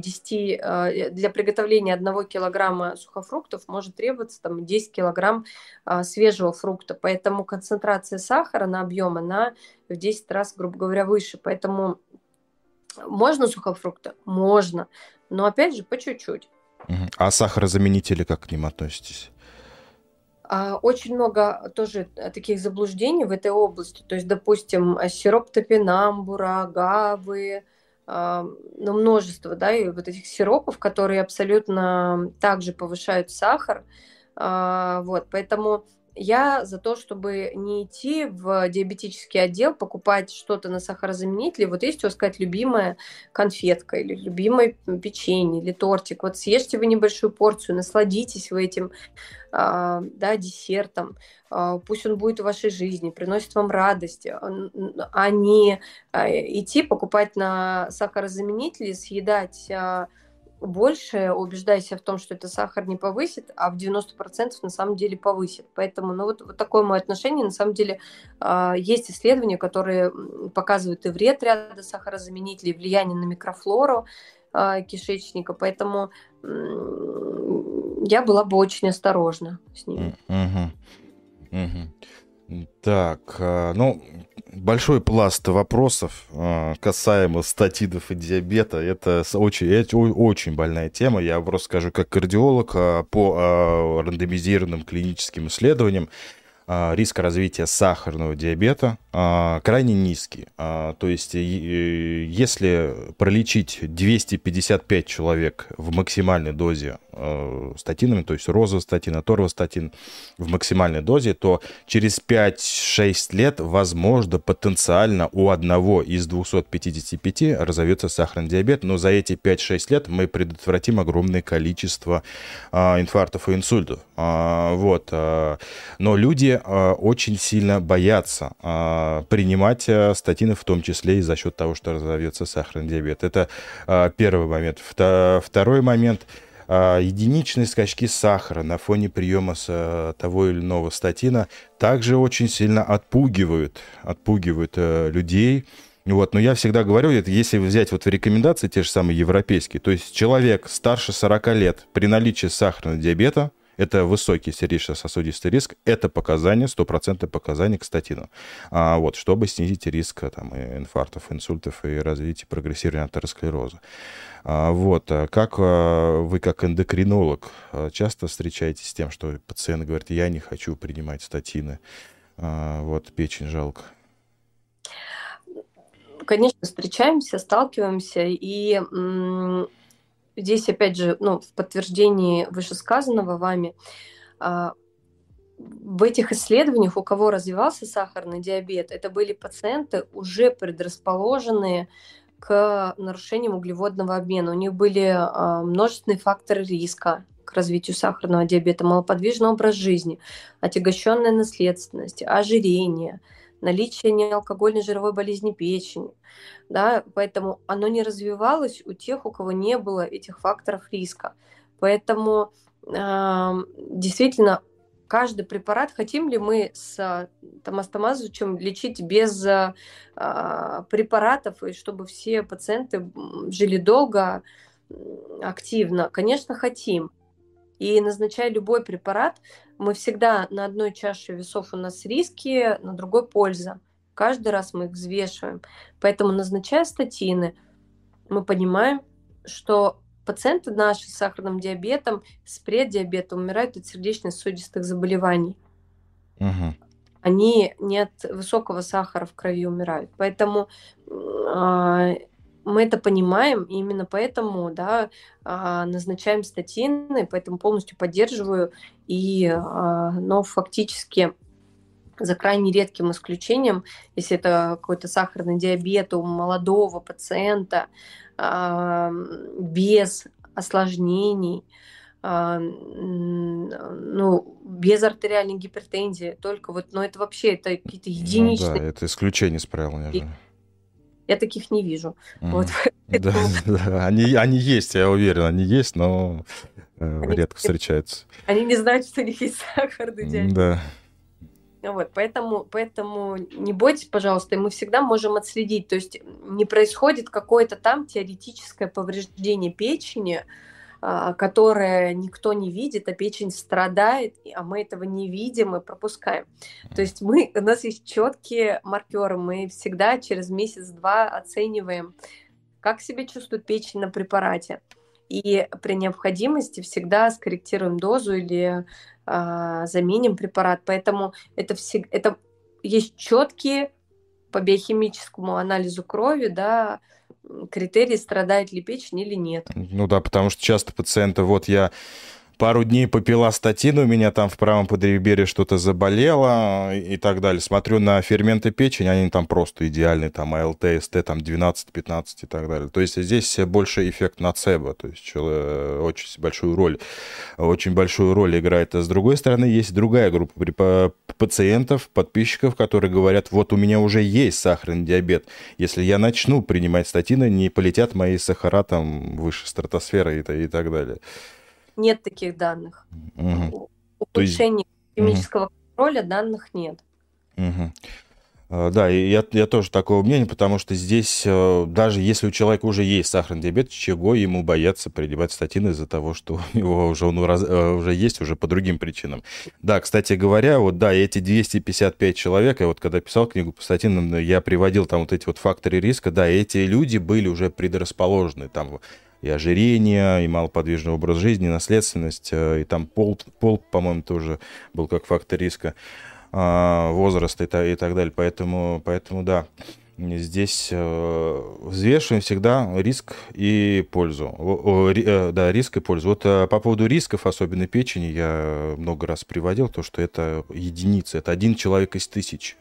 1 килограмма сухофруктов может требоваться там 10 килограмм свежего фрукта, поэтому концентрация сахара на объем, она в 10 раз, грубо говоря, выше, поэтому можно сухофрукты? Можно, но опять же по чуть-чуть. А сахарозаменители как к ним относитесь? Очень много тоже таких заблуждений в этой области. То есть, допустим, сироп топинамбура, агавы, ну, множество, да, и вот этих сиропов, которые абсолютно также повышают сахар. Вот, поэтому я за то, чтобы не идти в диабетический отдел, покупать что-то на сахарозаменителе. Вот есть у вас какая-то любимая конфетка или любимое печенье или тортик. Вот съешьте вы небольшую порцию, насладитесь вы этим, да, десертом. Пусть он будет в вашей жизни, приносит вам радость, а не идти покупать на сахарозаменители, съедать больше, убеждаясь в том, что это сахар не повысит, а в 90% на самом деле повысит. Поэтому, ну, вот такое мое отношение. На самом деле есть исследования, которые показывают и вред ряда сахарозаменителей, и влияние на микрофлору кишечника. Поэтому я была бы очень осторожна с ними. Так, ну, большой пласт вопросов касаемо статинов и диабета. Это очень больная тема. Я просто скажу, как кардиолог, по рандомизированным клиническим исследованиям риск развития сахарного диабета крайне низкий. То есть, если пролечить 255 человек в максимальной дозе статинами, то есть розовостатин, аторвастатин в максимальной дозе, то через 5-6 лет, возможно, потенциально у одного из 255 разовьется сахарный диабет, но за эти 5-6 лет мы предотвратим огромное количество инфарктов и инсультов. Вот. Но люди очень сильно боятся принимать статины, в том числе и за счет того, что разовьется сахарный диабет. Это первый момент. Второй момент. Единичные скачки сахара на фоне приема того или иного статина также очень сильно отпугивают людей. Вот. Но я всегда говорю, если взять вот в рекомендации те же самые европейские, то есть человек старше 40 лет при наличии сахарного диабета, это высокий сердечно-сосудистый риск, это показание, 100% показания к статину. Вот, чтобы снизить риск там, инфарктов, инсультов и развития прогрессирования атеросклероза. Вот, как вы, как эндокринолог, часто встречаетесь с тем, что пациент говорит, я не хочу принимать статины, вот, печень жалко? Конечно, встречаемся, сталкиваемся, и здесь, опять же, ну, в подтверждении вышесказанного вами, в этих исследованиях, у кого развивался сахарный диабет, это были пациенты, уже предрасположенные к нарушениям углеводного обмена. У них были множественные факторы риска к развитию сахарного диабета, малоподвижный образ жизни, отягощенная наследственность, ожирение, наличие неалкогольной жировой болезни печени. Да, поэтому оно не развивалось у тех, у кого не было этих факторов риска. Поэтому действительно каждый препарат, хотим ли мы с томастомазучем лечить без препаратов, и чтобы все пациенты жили долго, активно? Конечно, хотим. И назначая любой препарат, мы всегда на одной чаше весов у нас риски, на другой польза. Каждый раз мы их взвешиваем. Поэтому, назначая статины, мы понимаем, что пациенты наши с сахарным диабетом, с преддиабетом умирают от сердечно-сосудистых заболеваний. Угу. Они не от высокого сахара в крови умирают. Поэтому мы это понимаем, и именно поэтому, да, назначаем статины, поэтому полностью поддерживаю. Но фактически за крайне редким исключением, если это какой-то сахарный диабет у молодого пациента, без осложнений, без артериальной гипертензии, только вот, но это вообще это какие-то единичные. Ну, да, это исключение из правил, Я таких не вижу. Вот. Да, они есть, я уверен, они есть, но редко встречаются. Они не знают, что у них есть сахарный диабет. Да. Вот, поэтому не бойтесь, пожалуйста, и мы всегда можем отследить. То есть не происходит какое-то там теоретическое повреждение печени, которое никто не видит, а печень страдает, а мы этого не видим и пропускаем. То есть у нас есть четкие маркеры, мы всегда через месяц-два оцениваем, как себя чувствует печень на препарате. и при необходимости всегда скорректируем дозу или заменим препарат. Поэтому это есть четкие по биохимическому анализу крови, да, критерии, страдает ли печень или нет. Ну да, потому что часто пациенты, вот я пару дней попила статину, у меня там в правом подреберье что-то заболело и так далее. Смотрю на ферменты печени, они там просто идеальные, там АЛТ, СТ, там 12-15 и так далее. То есть здесь больше эффект ноцебо, то есть очень большую роль играет. А с другой стороны, есть другая группа пациентов, подписчиков, которые говорят, вот у меня уже есть сахарный диабет. Если я начну принимать статины, не полетят мои сахара там выше стратосферы и так далее. Нет таких данных. Угу. То есть... Улучшения химического контроля данных нет. Угу. Да, и я тоже такого мнения, потому что здесь, даже если у человека уже есть сахарный диабет, чего ему бояться принимать статины из-за того, что у него уже есть, уже по другим причинам. Да, кстати говоря, вот да, эти 255 человек, я вот когда писал книгу по статинам, я приводил там вот эти вот факторы риска, да, эти люди были уже предрасположены, там и ожирение, и малоподвижный образ жизни, и наследственность, и там пол, по-моему, тоже был как фактор риска, возраст и так далее. Поэтому да, здесь взвешиваем всегда риск и пользу. Да, риск и пользу. Вот по поводу рисков, особенно печени, я много раз приводил, то, что это единицы, это 1 человек из 1000.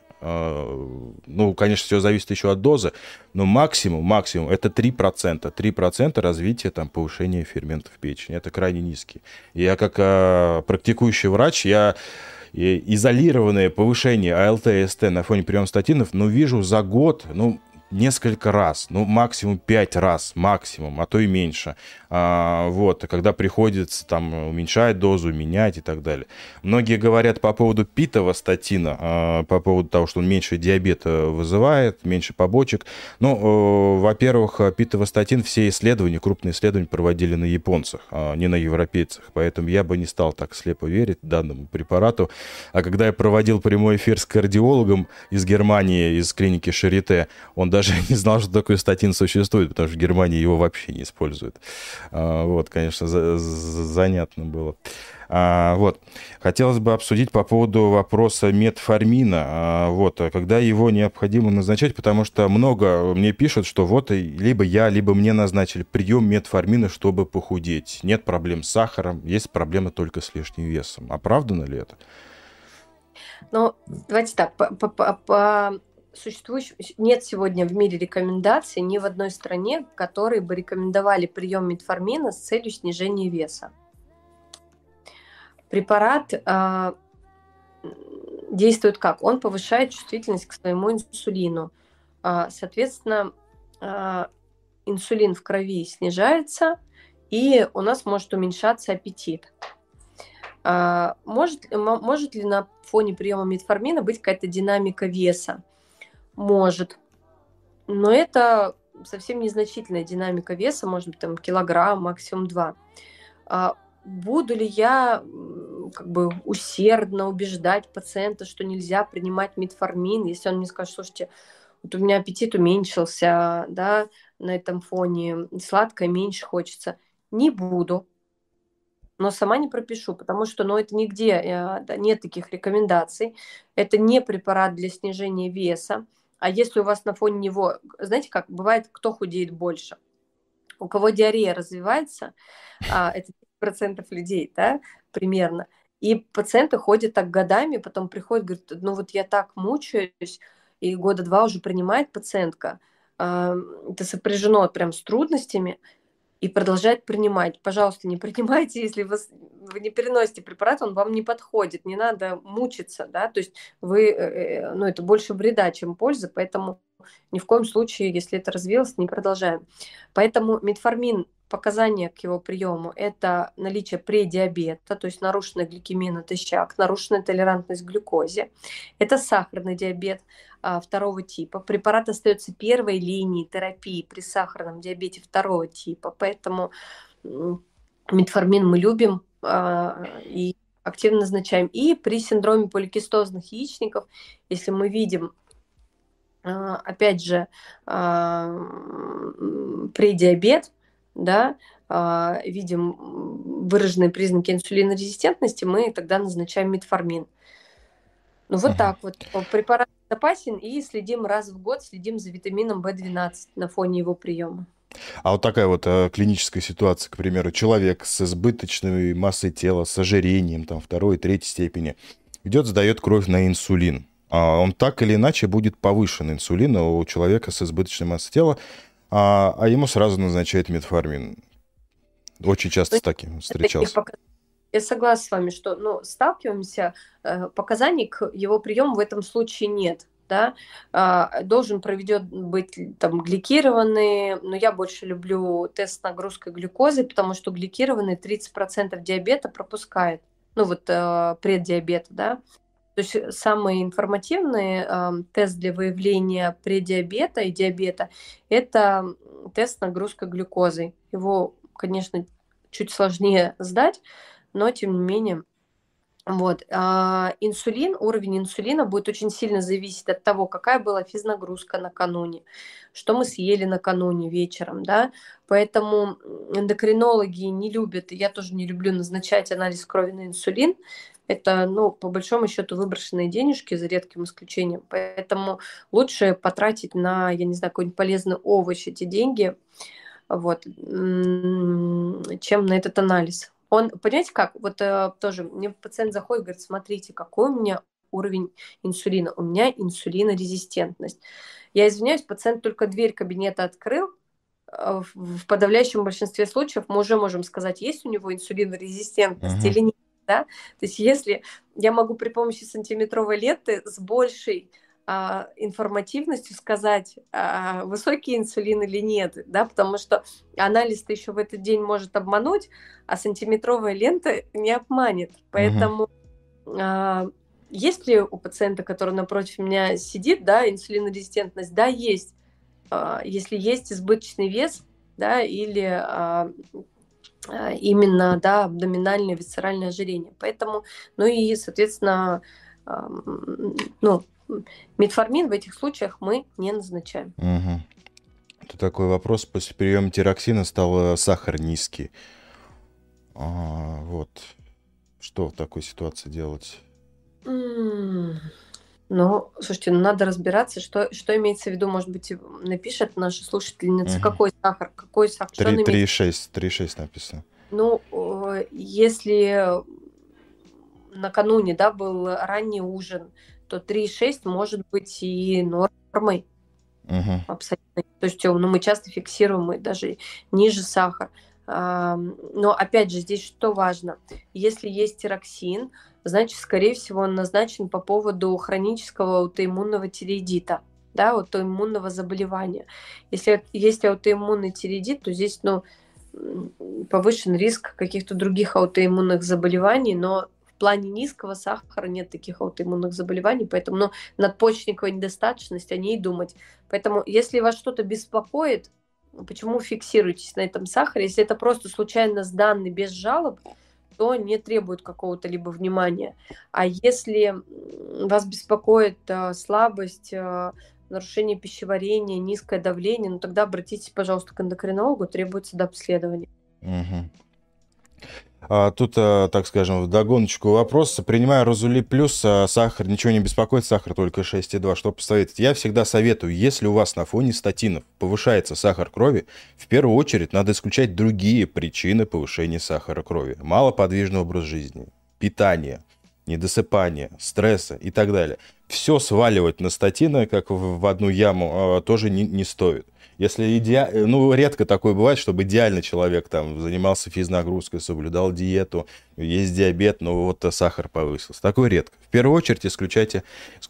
Ну, конечно, все зависит еще от дозы, но максимум это 3%. 3% развития, там, повышения ферментов печени. Это крайне низкий. Я как практикующий врач, изолированное повышение АЛТ и СТ на фоне приема статинов, вижу за год, несколько раз, максимум 5 раз, максимум, а то и меньше. Вот, когда приходится там уменьшать дозу, менять и так далее. Многие говорят по поводу питовостатина, по поводу того, что он меньше диабета вызывает, меньше побочек. Во-первых, питовостатин все исследования, крупные исследования проводили на японцах, не на европейцах, поэтому я бы не стал так слепо верить данному препарату. А когда я проводил прямой эфир с кардиологом из Германии, из клиники Шарите, он даже не знал, что такой статин существует, потому что в Германии его вообще не используют. Вот, конечно, занятно было. Вот. Хотелось бы обсудить по поводу вопроса метформина. Вот, когда его необходимо назначать, потому что много мне пишут, что вот либо мне назначили прием метформина, чтобы похудеть. Нет проблем с сахаром, есть проблемы только с лишним весом. Оправдано ли это? Давайте так, нет сегодня в мире рекомендаций ни в одной стране, которые бы рекомендовали прием метформина с целью снижения веса. Препарат действует как? Он повышает чувствительность к своему инсулину. Соответственно, инсулин в крови снижается, и у нас может уменьшаться аппетит. Может ли на фоне приема метформина быть какая-то динамика веса? Может. Но это совсем незначительная динамика веса, может быть, там килограмм, максимум 2. Буду ли я усердно убеждать пациента, что нельзя принимать метформин, если он мне скажет, слушайте, вот у меня аппетит уменьшился, да, на этом фоне, сладкое меньше хочется. Не буду. Но сама не пропишу, потому что это нигде нет таких рекомендаций. Это не препарат для снижения веса. А если у вас на фоне него, знаете, как бывает, кто худеет больше? У кого диарея развивается, это 10% людей, да, примерно. И пациенты ходят так годами, потом приходят, говорят, я так мучаюсь, и 2 года уже принимает пациентка. Это сопряжено прям с трудностями, и продолжать принимать. Пожалуйста, не принимайте, если вы не переносите препарат, он вам не подходит, не надо мучиться, да, то есть это больше вреда, чем пользы, поэтому ни в коем случае, если это развилось, не продолжаем. Поэтому метформин, показания к его приему – это наличие предиабета, то есть нарушенная гликемия натощак, нарушенная толерантность к глюкозе. Это сахарный диабет 2 типа. Препарат остается первой линией терапии при сахарном диабете 2 типа, поэтому метформин мы любим и активно назначаем. И при синдроме поликистозных яичников, если мы видим, опять же, предиабет, да, видим выраженные признаки инсулинорезистентности, мы тогда назначаем метформин. Ну, вот Мгм. так вот. Препарат безопасен, и следим раз в год, следим за витамином В12 на фоне его приема. А вот такая вот клиническая ситуация, к примеру, человек с избыточной массой тела, с ожирением, там, второй, третьей степени, идет, сдает кровь на инсулин. Он так или иначе будет повышен инсулин у человека с избыточной массой тела, а ему сразу назначают метформин. Очень часто Ну, с таким таких встречался. Я согласна с вами, что сталкиваемся, показаний к его приему в этом случае нет. Да? Должен быть там гликированный, но я больше люблю тест с нагрузкой глюкозы, потому что гликированный 30% диабета пропускает, преддиабета, да. То есть самый информативный тест для выявления преддиабета и диабета – это тест с нагрузкой глюкозой. Его, конечно, чуть сложнее сдать, но тем не менее. Уровень инсулина будет очень сильно зависеть от того, какая была физнагрузка накануне, что мы съели накануне вечером, да. Поэтому эндокринологи не любят, и я тоже не люблю назначать анализ крови на инсулин. Это, по большому счету, выброшенные денежки, за редким исключением. Поэтому лучше потратить на, я не знаю, какой-нибудь полезный овощ эти деньги, чем на этот анализ. Понимаете как, тоже мне пациент заходит, говорит, смотрите, какой у меня уровень инсулина. У меня инсулинорезистентность. Я извиняюсь, пациент только дверь кабинета открыл. В подавляющем большинстве случаев мы уже можем сказать, есть у него инсулинорезистентность или нет. Да? То есть если я могу при помощи сантиметровой ленты с большей информативностью сказать, высокий инсулин или нет, да, потому что анализ-то еще в этот день может обмануть, а сантиметровая лента не обманет. Поэтому есть ли у пациента, который напротив меня сидит, да, инсулинорезистентность? Да, есть. Если есть избыточный вес, да, или именно, да, абдоминальное висцеральное ожирение. Поэтому, соответственно, метформин в этих случаях мы не назначаем. Это такой вопрос. После приема тироксина стал сахар низкий. Что в такой ситуации делать? Слушайте, надо разбираться, что имеется в виду. Может быть, напишет наша слушательница, какой сахар. 3,6 написано. Если накануне, да, был ранний ужин, то 3,6 может быть и нормой. Абсолютно. То есть мы часто фиксируем даже ниже сахар. Но опять же, здесь что важно? Если есть тироксин, значит, скорее всего, он назначен по поводу хронического аутоиммунного тиреидита, да, аутоиммунного заболевания. Если есть аутоиммунный тиреидит, то здесь повышен риск каких-то других аутоиммунных заболеваний, но в плане низкого сахара нет таких аутоиммунных заболеваний, поэтому надпочечниковая недостаточность, о ней думать. Поэтому если вас что-то беспокоит, почему фиксируетесь на этом сахаре? Если это просто случайно сданный без жалоб, то не требует какого-то либо внимания. А если вас беспокоит слабость, нарушение пищеварения, низкое давление, тогда обратитесь, пожалуйста, к эндокринологу, требуется дообследование. Тут, так скажем, вдогоночку вопроса. Принимая Розули плюс, сахар, ничего не беспокоит, сахар только 6,2. Что посоветуете? Я всегда советую, если у вас на фоне статинов повышается сахар крови, в первую очередь надо исключать другие причины повышения сахара крови. Малоподвижный образ жизни, питание, недосыпание, стресса и так далее. Все сваливать на статины, как в одну яму, тоже не стоит. Если редко такое бывает, чтобы идеально человек там занимался физнагрузкой, соблюдал диету, есть диабет, но сахар повысился. Такое редко. В первую очередь исключайте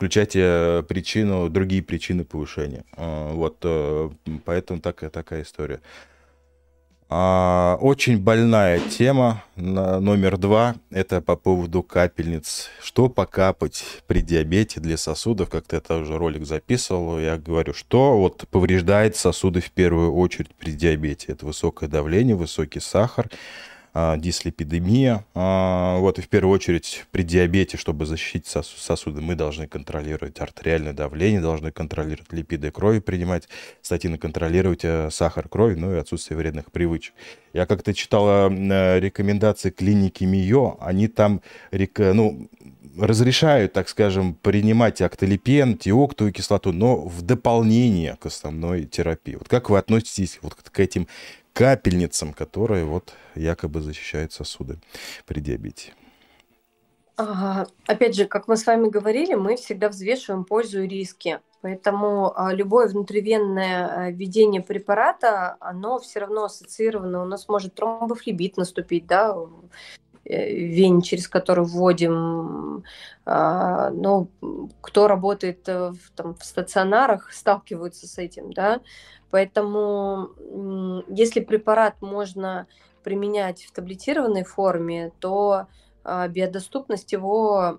другие причины повышения. Поэтому такая история. Очень больная тема номер 2. Это по поводу капельниц. Что покапать при диабете для сосудов? Как-то я тоже ролик записывал. Я говорю, что повреждает сосуды в первую очередь при диабете. Это высокое давление, высокий сахар. дислипидемия. Вот, и в первую очередь при диабете, чтобы защитить сосуды, мы должны контролировать артериальное давление, должны контролировать липиды крови, принимать статины, контролировать сахар крови, ну и отсутствие вредных привычек. Я как-то читала рекомендации клиники МИО, они там разрешают, так скажем, принимать актолипен, тиоктовую кислоту, но в дополнение к основной терапии. Вот как вы относитесь вот к этим капельницам, которые вот якобы защищают сосуды при диабете? Опять же, как мы с вами говорили, мы всегда взвешиваем пользу и риски. Поэтому любое внутривенное введение препарата, оно все равно ассоциировано. У нас может тромбофлебит наступить, да, вене, через которую вводим. Но кто работает в стационарах, сталкиваются с этим, да. Поэтому если препарат можно применять в таблетированной форме, то биодоступность его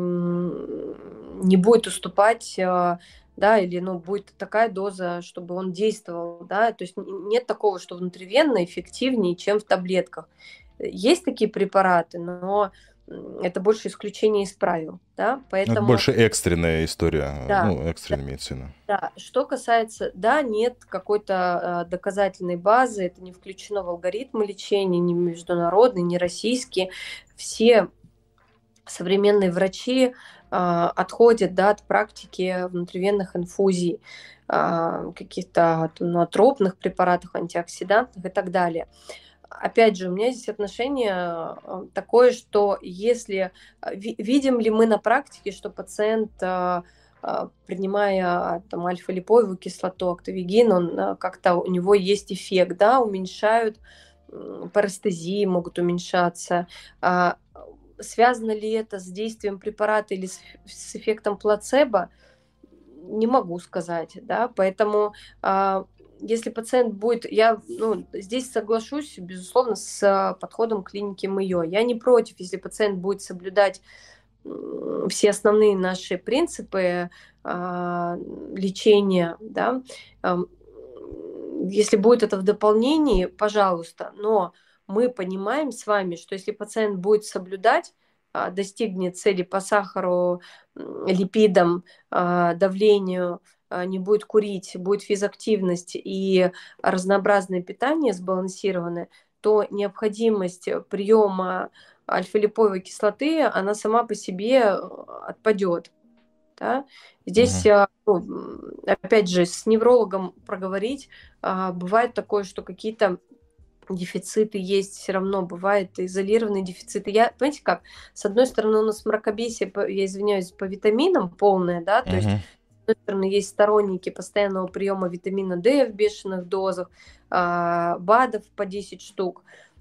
не будет уступать, да, или будет такая доза, чтобы он действовал, да, то есть нет такого, что внутривенно эффективнее, чем в таблетках. Есть такие препараты, но это больше исключение из правил, да, Это поэтому... больше экстренная история, Да, экстренная медицина. да. Что касается, да, нет какой-то доказательной базы, это не включено в алгоритмы лечения, ни международные, ни российские. Все современные врачи отходят, да, от практики внутривенных инфузий, каких-то атропных препаратов, антиоксидантных и так далее. Опять же, у меня здесь отношение такое, что если видим ли мы на практике, что пациент, принимая альфа-липоевую кислоту, актовигин, он как-то у него есть эффект, да, уменьшают парестезии, могут уменьшаться. Связано ли это с действием препарата или с эффектом плацебо, не могу сказать, да, поэтому если пациент будет, я здесь соглашусь, безусловно, с подходом клиники МИО. Я не против, если пациент будет соблюдать все основные наши принципы лечения, да, если будет это в дополнении, пожалуйста, но мы понимаем с вами, что если пациент будет соблюдать, достигнет цели по сахару, липидам, давлению, не будет курить, будет физактивность и разнообразное питание сбалансированное, то необходимость приема альфа-липоевой кислоты, она сама по себе отпадет. Да? Здесь, опять же, с неврологом проговорить, бывает такое, что какие-то дефициты есть, все равно бывают изолированные дефициты. Понимаете как, с одной стороны, у нас мракобесие, я извиняюсь, по витаминам полное, да, то есть, с одной стороны, есть сторонники постоянного приема витамина D в бешеных дозах, БАДов по 10 штук,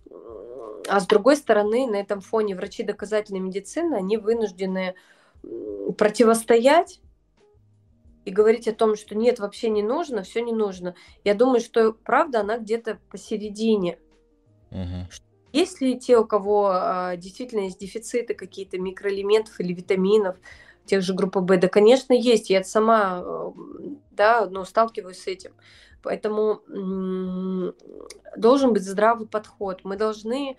а с другой стороны, на этом фоне врачи доказательной медицины, они вынуждены противостоять и говорить о том, что нет, вообще не нужно, все не нужно. Я думаю, что правда, она где-то посередине. Есть ли те, у кого действительно есть дефициты какие-то микроэлементов или витаминов, тех же группы В? Да, конечно, есть. Я сама, да, сталкиваюсь с этим. Поэтому должен быть здравый подход. Мы должны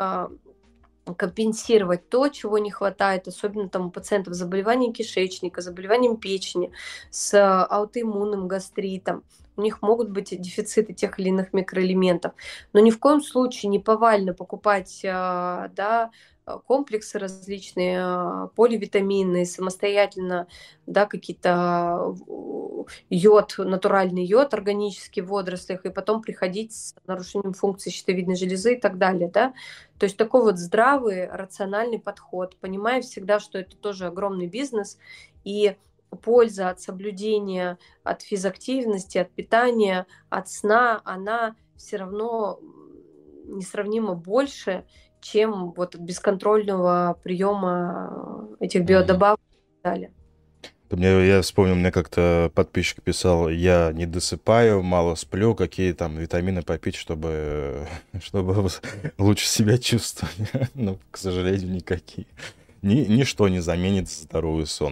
компенсировать то, чего не хватает, особенно у пациентов с заболеванием кишечника, заболеванием печени, с аутоиммунным гастритом. У них могут быть дефициты тех или иных микроэлементов. Но ни в коем случае не повально покупать, да, комплексы различные, поливитаминные, самостоятельно, да, какие-то йод, натуральный йод органический в водорослях, и потом приходить с нарушением функции щитовидной железы и так далее, да. То есть такой вот здравый, рациональный подход, понимая всегда, что это тоже огромный бизнес, и польза от соблюдения, от физактивности, от питания, от сна, она все равно несравнимо больше, чем вот бесконтрольного приема этих биодобавок и так далее. Я вспомнил, мне как-то подписчик писал, я не досыпаю, мало сплю, какие там витамины попить, чтобы лучше себя чувствовать. Но, к сожалению, никакие. Ничто не заменит здоровый сон.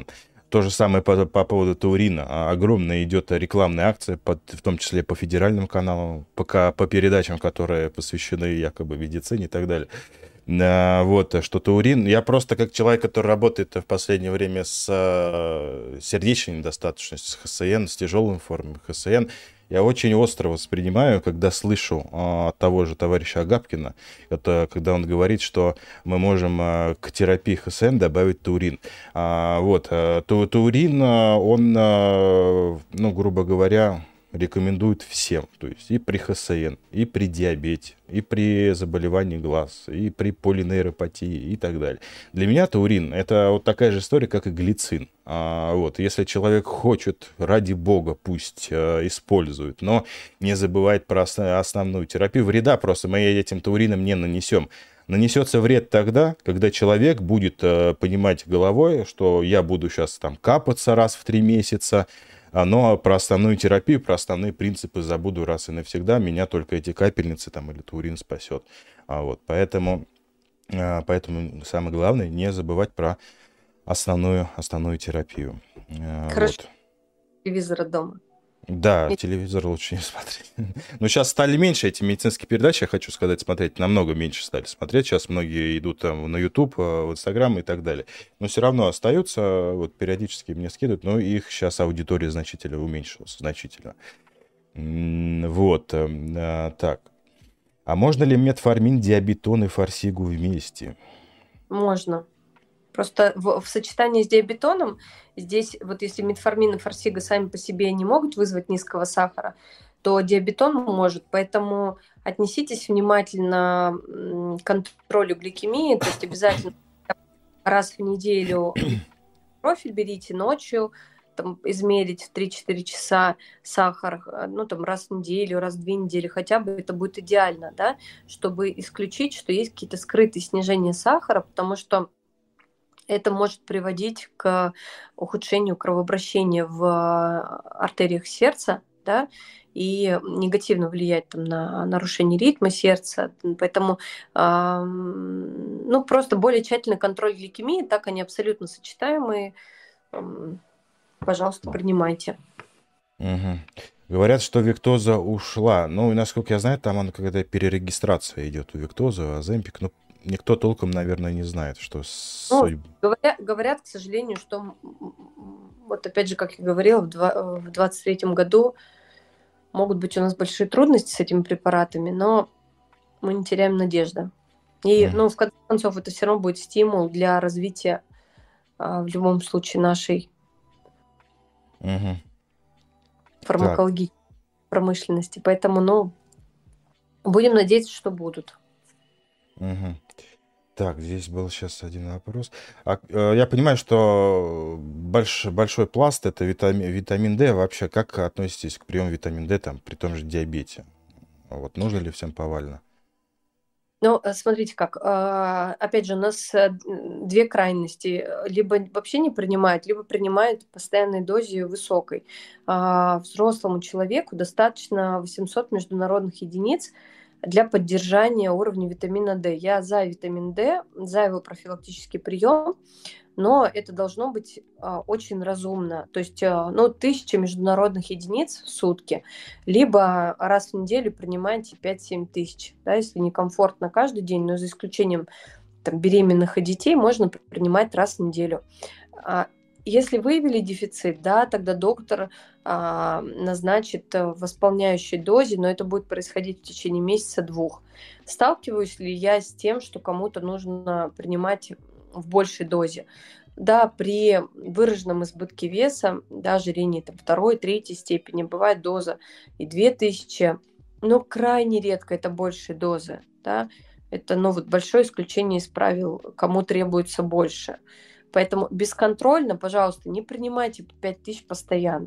то же самое по поводу таурина. Огромная идет рекламная акция, в том числе по федеральным каналам, по передачам, которые посвящены якобы медицине и так далее. Вот, что таурин. Я просто как человек, который работает в последнее время с сердечной недостаточностью, с ХСН, с тяжелыми формами ХСН, я очень остро воспринимаю, когда слышу от того же товарища Агапкина, когда он говорит, что мы можем к терапии ХСН добавить таурин. Вот, таурин, он, ну, грубо говоря, рекомендуют всем, то есть и при ХСН, и при диабете, и при заболевании глаз, и при полинейропатии и так далее. Для меня таурин — это вот такая же история, как и глицин. Вот, если человек хочет, ради бога, пусть использует, но не забывает про основную терапию. Вреда просто мы этим таурином не нанесем. Нанесется вред тогда, когда человек будет понимать головой, что я буду сейчас там капаться раз в 3 месяца, но про основную терапию, про основные принципы забуду раз и навсегда. Меня только эти капельницы там или таурин спасет. Вот, поэтому самое главное не забывать про основную терапию. Хорошо, Вот. телевизора дома. Да, телевизор лучше не смотреть. Но сейчас стали меньше эти медицинские передачи, я хочу сказать, смотреть. Намного меньше стали смотреть. Сейчас многие идут там на YouTube, в Instagram и так далее. Но все равно остаются, вот периодически мне скидывают, но их сейчас аудитория значительно уменьшилась. Значительно. Вот. Так. А можно ли метформин, диабетон и фарсигу вместе? Можно. Просто в сочетании с диабетоном, здесь вот если метформин и фарсига сами по себе не могут вызвать низкого сахара, то диабетон может. Поэтому отнеситесь внимательно к контролю гликемии, то есть обязательно раз в неделю профиль берите ночью, там, измерить в 3-4 часа сахар, ну, там, раз в неделю, раз в 2 недели, хотя бы это будет идеально, да, чтобы исключить, что есть какие-то скрытые снижения сахара, потому что это может приводить к ухудшению кровообращения в артериях сердца, да, и негативно влиять там, на нарушение ритма сердца. Поэтому ну, просто более тщательный контроль гликемии, так они абсолютно сочетаемые. Пожалуйста, принимайте. Угу. Говорят, что Виктоза ушла. Ну, и насколько я знаю, там она какая-то перерегистрация идет у Виктоза, а Оземпик, ну, никто толком, наверное, не знает, что говорят, к сожалению, что вот опять же, как я говорила, в 2023 году могут быть у нас большие трудности с этими препаратами, но мы не теряем надежды. И, ну, в конце концов, это все равно будет стимул для развития в любом случае нашей фармакологической промышленности. Поэтому, ну, будем надеяться, что будут. Так, здесь был сейчас один вопрос. Я понимаю, что большой пласт — это витамин D. Вообще, как относитесь к приему витамина D там, при том же диабете? Вот, нужно ли всем повально? Ну, смотрите как. Опять же, у нас две крайности. Либо вообще не принимают, либо принимают в постоянной дозе высокой. Взрослому человеку достаточно 800 международных единиц для поддержания уровня витамина D. Я за витамин D, за его профилактический прием, но это должно быть очень разумно. То есть, ну, 1000 международных единиц в сутки, либо раз в неделю принимайте 5-7 тысяч. Да, если некомфортно каждый день, но за исключением там, беременных и детей, можно принимать раз в неделю. Если выявили дефицит, да, тогда доктор назначит восполняющей дозе, но это будет происходить в течение месяца-двух. Сталкиваюсь ли я с тем, что кому-то нужно принимать в большей дозе? Да, при выраженном избытке веса, да, ожирении там, 2-3 степени, бывает доза и 2000, но крайне редко это большие дозы. Да? Это, ну, вот большое исключение из правил, кому требуется больше. Поэтому бесконтрольно, пожалуйста, не принимайте 5000 постоянно.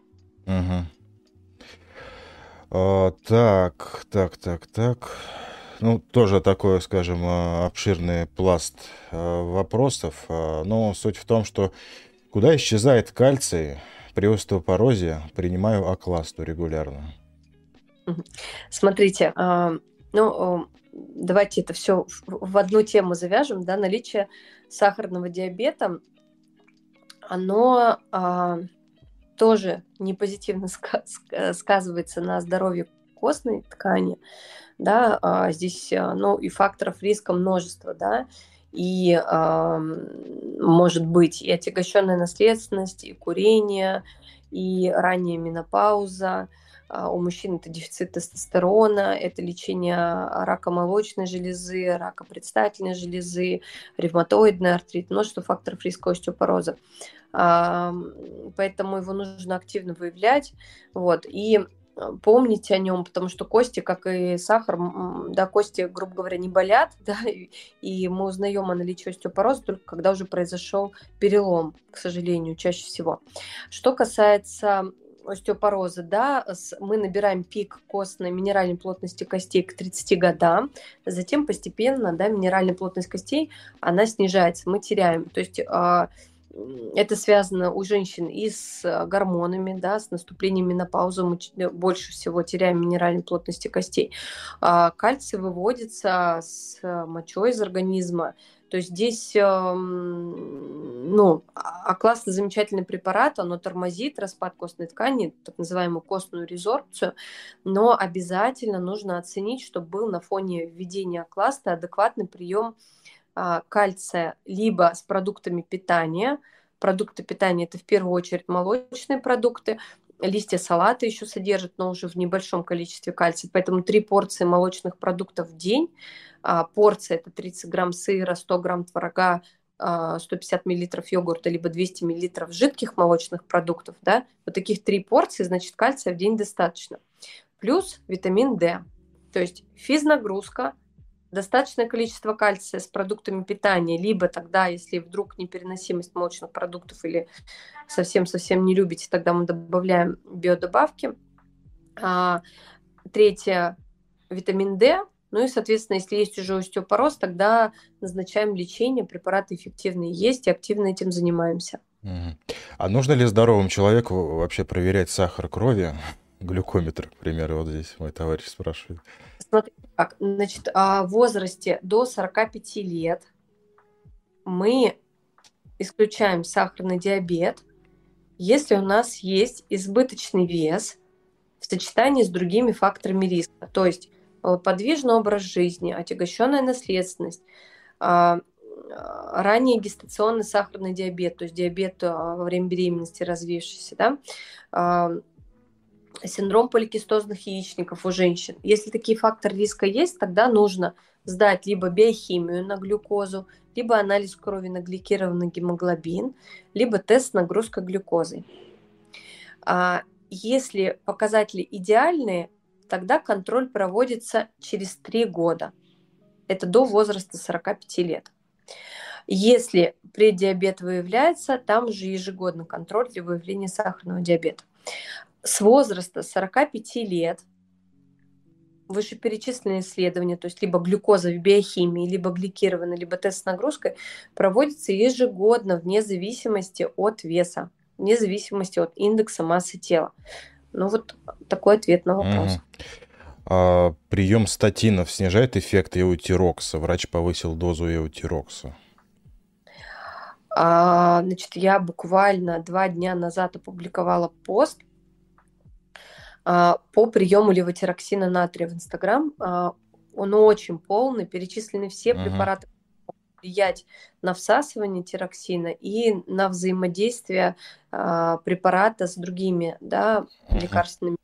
Так. Ну, тоже такой, скажем, обширный пласт вопросов. Но суть в том, что куда исчезает кальций при остеопорозе, принимаю Акласту регулярно. Смотрите, ну, давайте это все в одну тему завяжем, да, наличие сахарного диабета оно тоже не позитивно сказывается на здоровье костной ткани, да, здесь, ну, и факторов риска множество, да, и может быть и отягощенная наследственность, и курение, и ранняя менопауза, у мужчин это дефицит тестостерона, это лечение рака молочной железы, рака предстательной железы, ревматоидный артрит, множество факторов риска остеопороза. Поэтому его нужно активно выявлять, вот, и помнить о нем, потому что кости, как и сахар, да, кости, грубо говоря, не болят, да, и мы узнаем о наличии остеопороза только когда уже произошел перелом, к сожалению, чаще всего. Что касается остеопороза, да, мы набираем пик костной минеральной плотности костей к 30 годам, затем постепенно, да, минеральная плотность костей, она снижается, мы теряем, то есть это связано у женщин и с гормонами, да, с наступлением менопаузы мы больше всего теряем минеральной плотности костей. Кальций выводится с мочой из организма. То есть здесь, ну, класс замечательный препарат, оно тормозит распад костной ткани, так называемую костную резорбцию, но обязательно нужно оценить, чтобы был на фоне введения акласта адекватный прием кальция либо с продуктами питания. Продукты питания – это в первую очередь молочные продукты. Листья салата еще содержат, но уже в небольшом количестве кальция. Поэтому 3 порции молочных продуктов в день. Порция – это 30 грамм сыра, 100 грамм творога, 150 миллилитров йогурта, либо 200 миллилитров жидких молочных продуктов. Да? Вот таких 3 порции, значит, кальция в день достаточно. Плюс витамин D. То есть физнагрузка, достаточное количество кальция с продуктами питания, либо тогда, если вдруг непереносимость молочных продуктов или совсем-совсем не любите, тогда мы добавляем биодобавки. Третье – витамин D. Ну и, соответственно, если есть уже остеопороз, тогда назначаем лечение, препараты эффективные есть и активно этим занимаемся. А нужно ли здоровому человеку вообще проверять сахар крови, глюкометр, к примеру, вот здесь мой товарищ спрашивает. Смотри, как, значит, в возрасте до 45 лет мы исключаем сахарный диабет, если у нас есть избыточный вес в сочетании с другими факторами риска, то есть подвижный образ жизни, отягощенная наследственность, ранний гестационный сахарный диабет, то есть диабет во время беременности развившийся, да, синдром поликистозных яичников у женщин. Если такие факторы риска есть, тогда нужно сдать либо биохимию на глюкозу, либо анализ крови на гликированный гемоглобин, либо тест с нагрузкой глюкозой. Если показатели идеальные, тогда контроль проводится через 3 года. Это до возраста 45 лет. Если преддиабет выявляется, там же ежегодно контроль для выявления сахарного диабета. С возраста 45 лет вышеперечисленные исследования, то есть либо глюкоза в биохимии, либо гликированный, либо тест с нагрузкой, проводятся ежегодно вне зависимости от веса, вне зависимости от индекса массы тела. Ну вот такой ответ на вопрос. Прием статинов снижает эффект эутирокса? Врач повысил дозу эутирокса. Значит, я буквально 2 дня назад опубликовала пост по приему левотироксина натрия в Инстаграм. Он очень полный, перечислены все препараты, влиять на всасывание тироксина и на взаимодействие препарата с другими, да, лекарствами.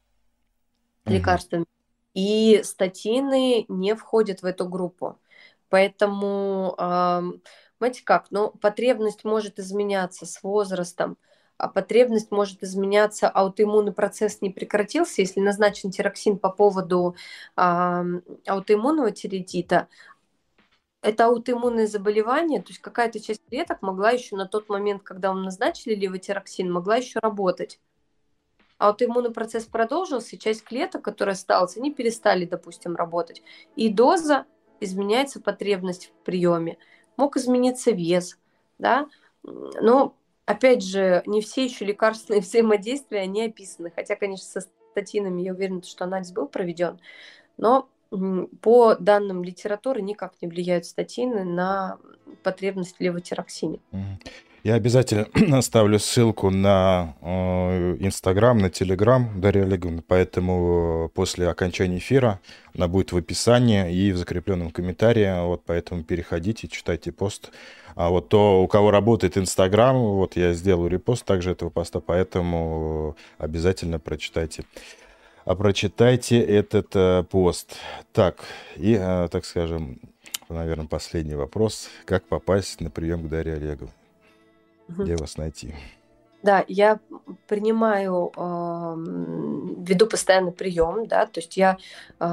И статины не входят в эту группу. Поэтому, знаете как, потребность может изменяться с возрастом, а потребность может изменяться, аутоиммунный процесс не прекратился, если назначен тироксин по поводу аутоиммунного тиреоидита. Это аутоиммунное заболевание, то есть какая-то часть клеток могла еще на тот момент, когда вам назначили левотироксин, могла еще работать. Аутоиммунный процесс продолжился, часть клеток, которая осталась, они перестали, допустим, работать. И доза, изменяется потребность в приеме. Мог измениться вес, да, но опять же, не все еще лекарственные взаимодействия, они описаны. Хотя, конечно, со статинами я уверена, что анализ был проведен, но по данным литературы никак не влияют статины на потребность в левотироксине. Я обязательно оставлю ссылку на Инстаграм, на Телеграм Дарьи Олеговны, поэтому после окончания эфира она будет в описании и в закрепленном комментарии, вот поэтому переходите, читайте пост. А вот то, у кого работает Инстаграм, вот я сделаю репост также этого поста, поэтому обязательно прочитайте. Прочитайте этот пост. Так, и, так скажем, наверное, последний вопрос. Как попасть на прием к Дарье Олеговне? Где вас найти? Да, я принимаю, веду постоянный прием, да, то есть я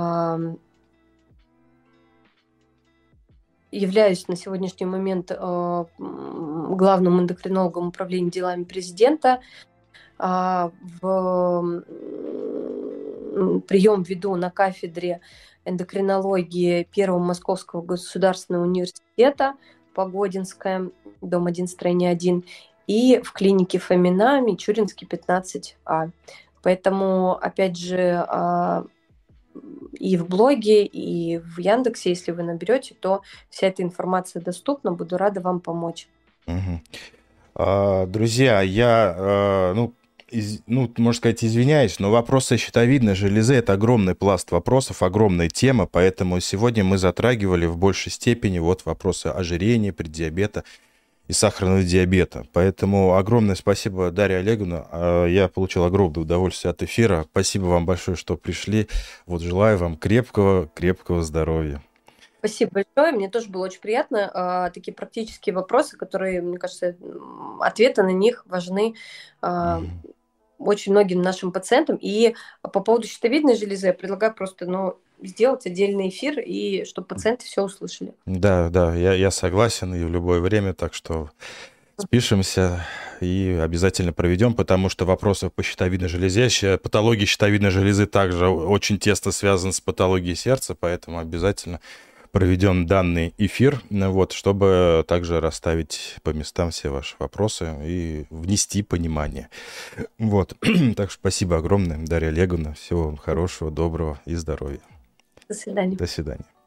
являюсь на сегодняшний момент главным эндокринологом управления делами президента. Прием веду на кафедре эндокринологии Первого Московского государственного университета, Погодинская, дом 1, строение 1, и в клинике Фомина, Мичуринский, 15А. Поэтому, опять же, и в блоге, и в Яндексе, если вы наберете, то вся эта информация доступна. Буду рада вам помочь. Друзья, я, можно сказать, извиняюсь, но вопросы щитовидной железы – это огромный пласт вопросов, огромная тема, поэтому сегодня мы затрагивали в большей степени вот вопросы ожирения, преддиабета и сахарного диабета. Поэтому огромное спасибо, Дарья Олеговна. Я получил огромное удовольствие от эфира. Спасибо вам большое, что пришли. Вот желаю вам крепкого здоровья. Спасибо большое. Мне тоже было очень приятно. Такие практические вопросы, которые, мне кажется, ответы на них важны очень многим нашим пациентам. И по поводу щитовидной железы я предлагаю просто сделать отдельный эфир, и чтобы пациенты все услышали. Да, я согласен, и в любое время, так что спишемся и обязательно проведем, потому что вопросы по щитовидной железе, патология щитовидной железы также очень тесно связаны с патологией сердца, поэтому обязательно проведем данный эфир, вот, чтобы также расставить по местам все ваши вопросы и внести понимание. Вот. Так что спасибо огромное, Дарья Олеговна. Всего вам хорошего, доброго и здоровья. До свидания. До свидания.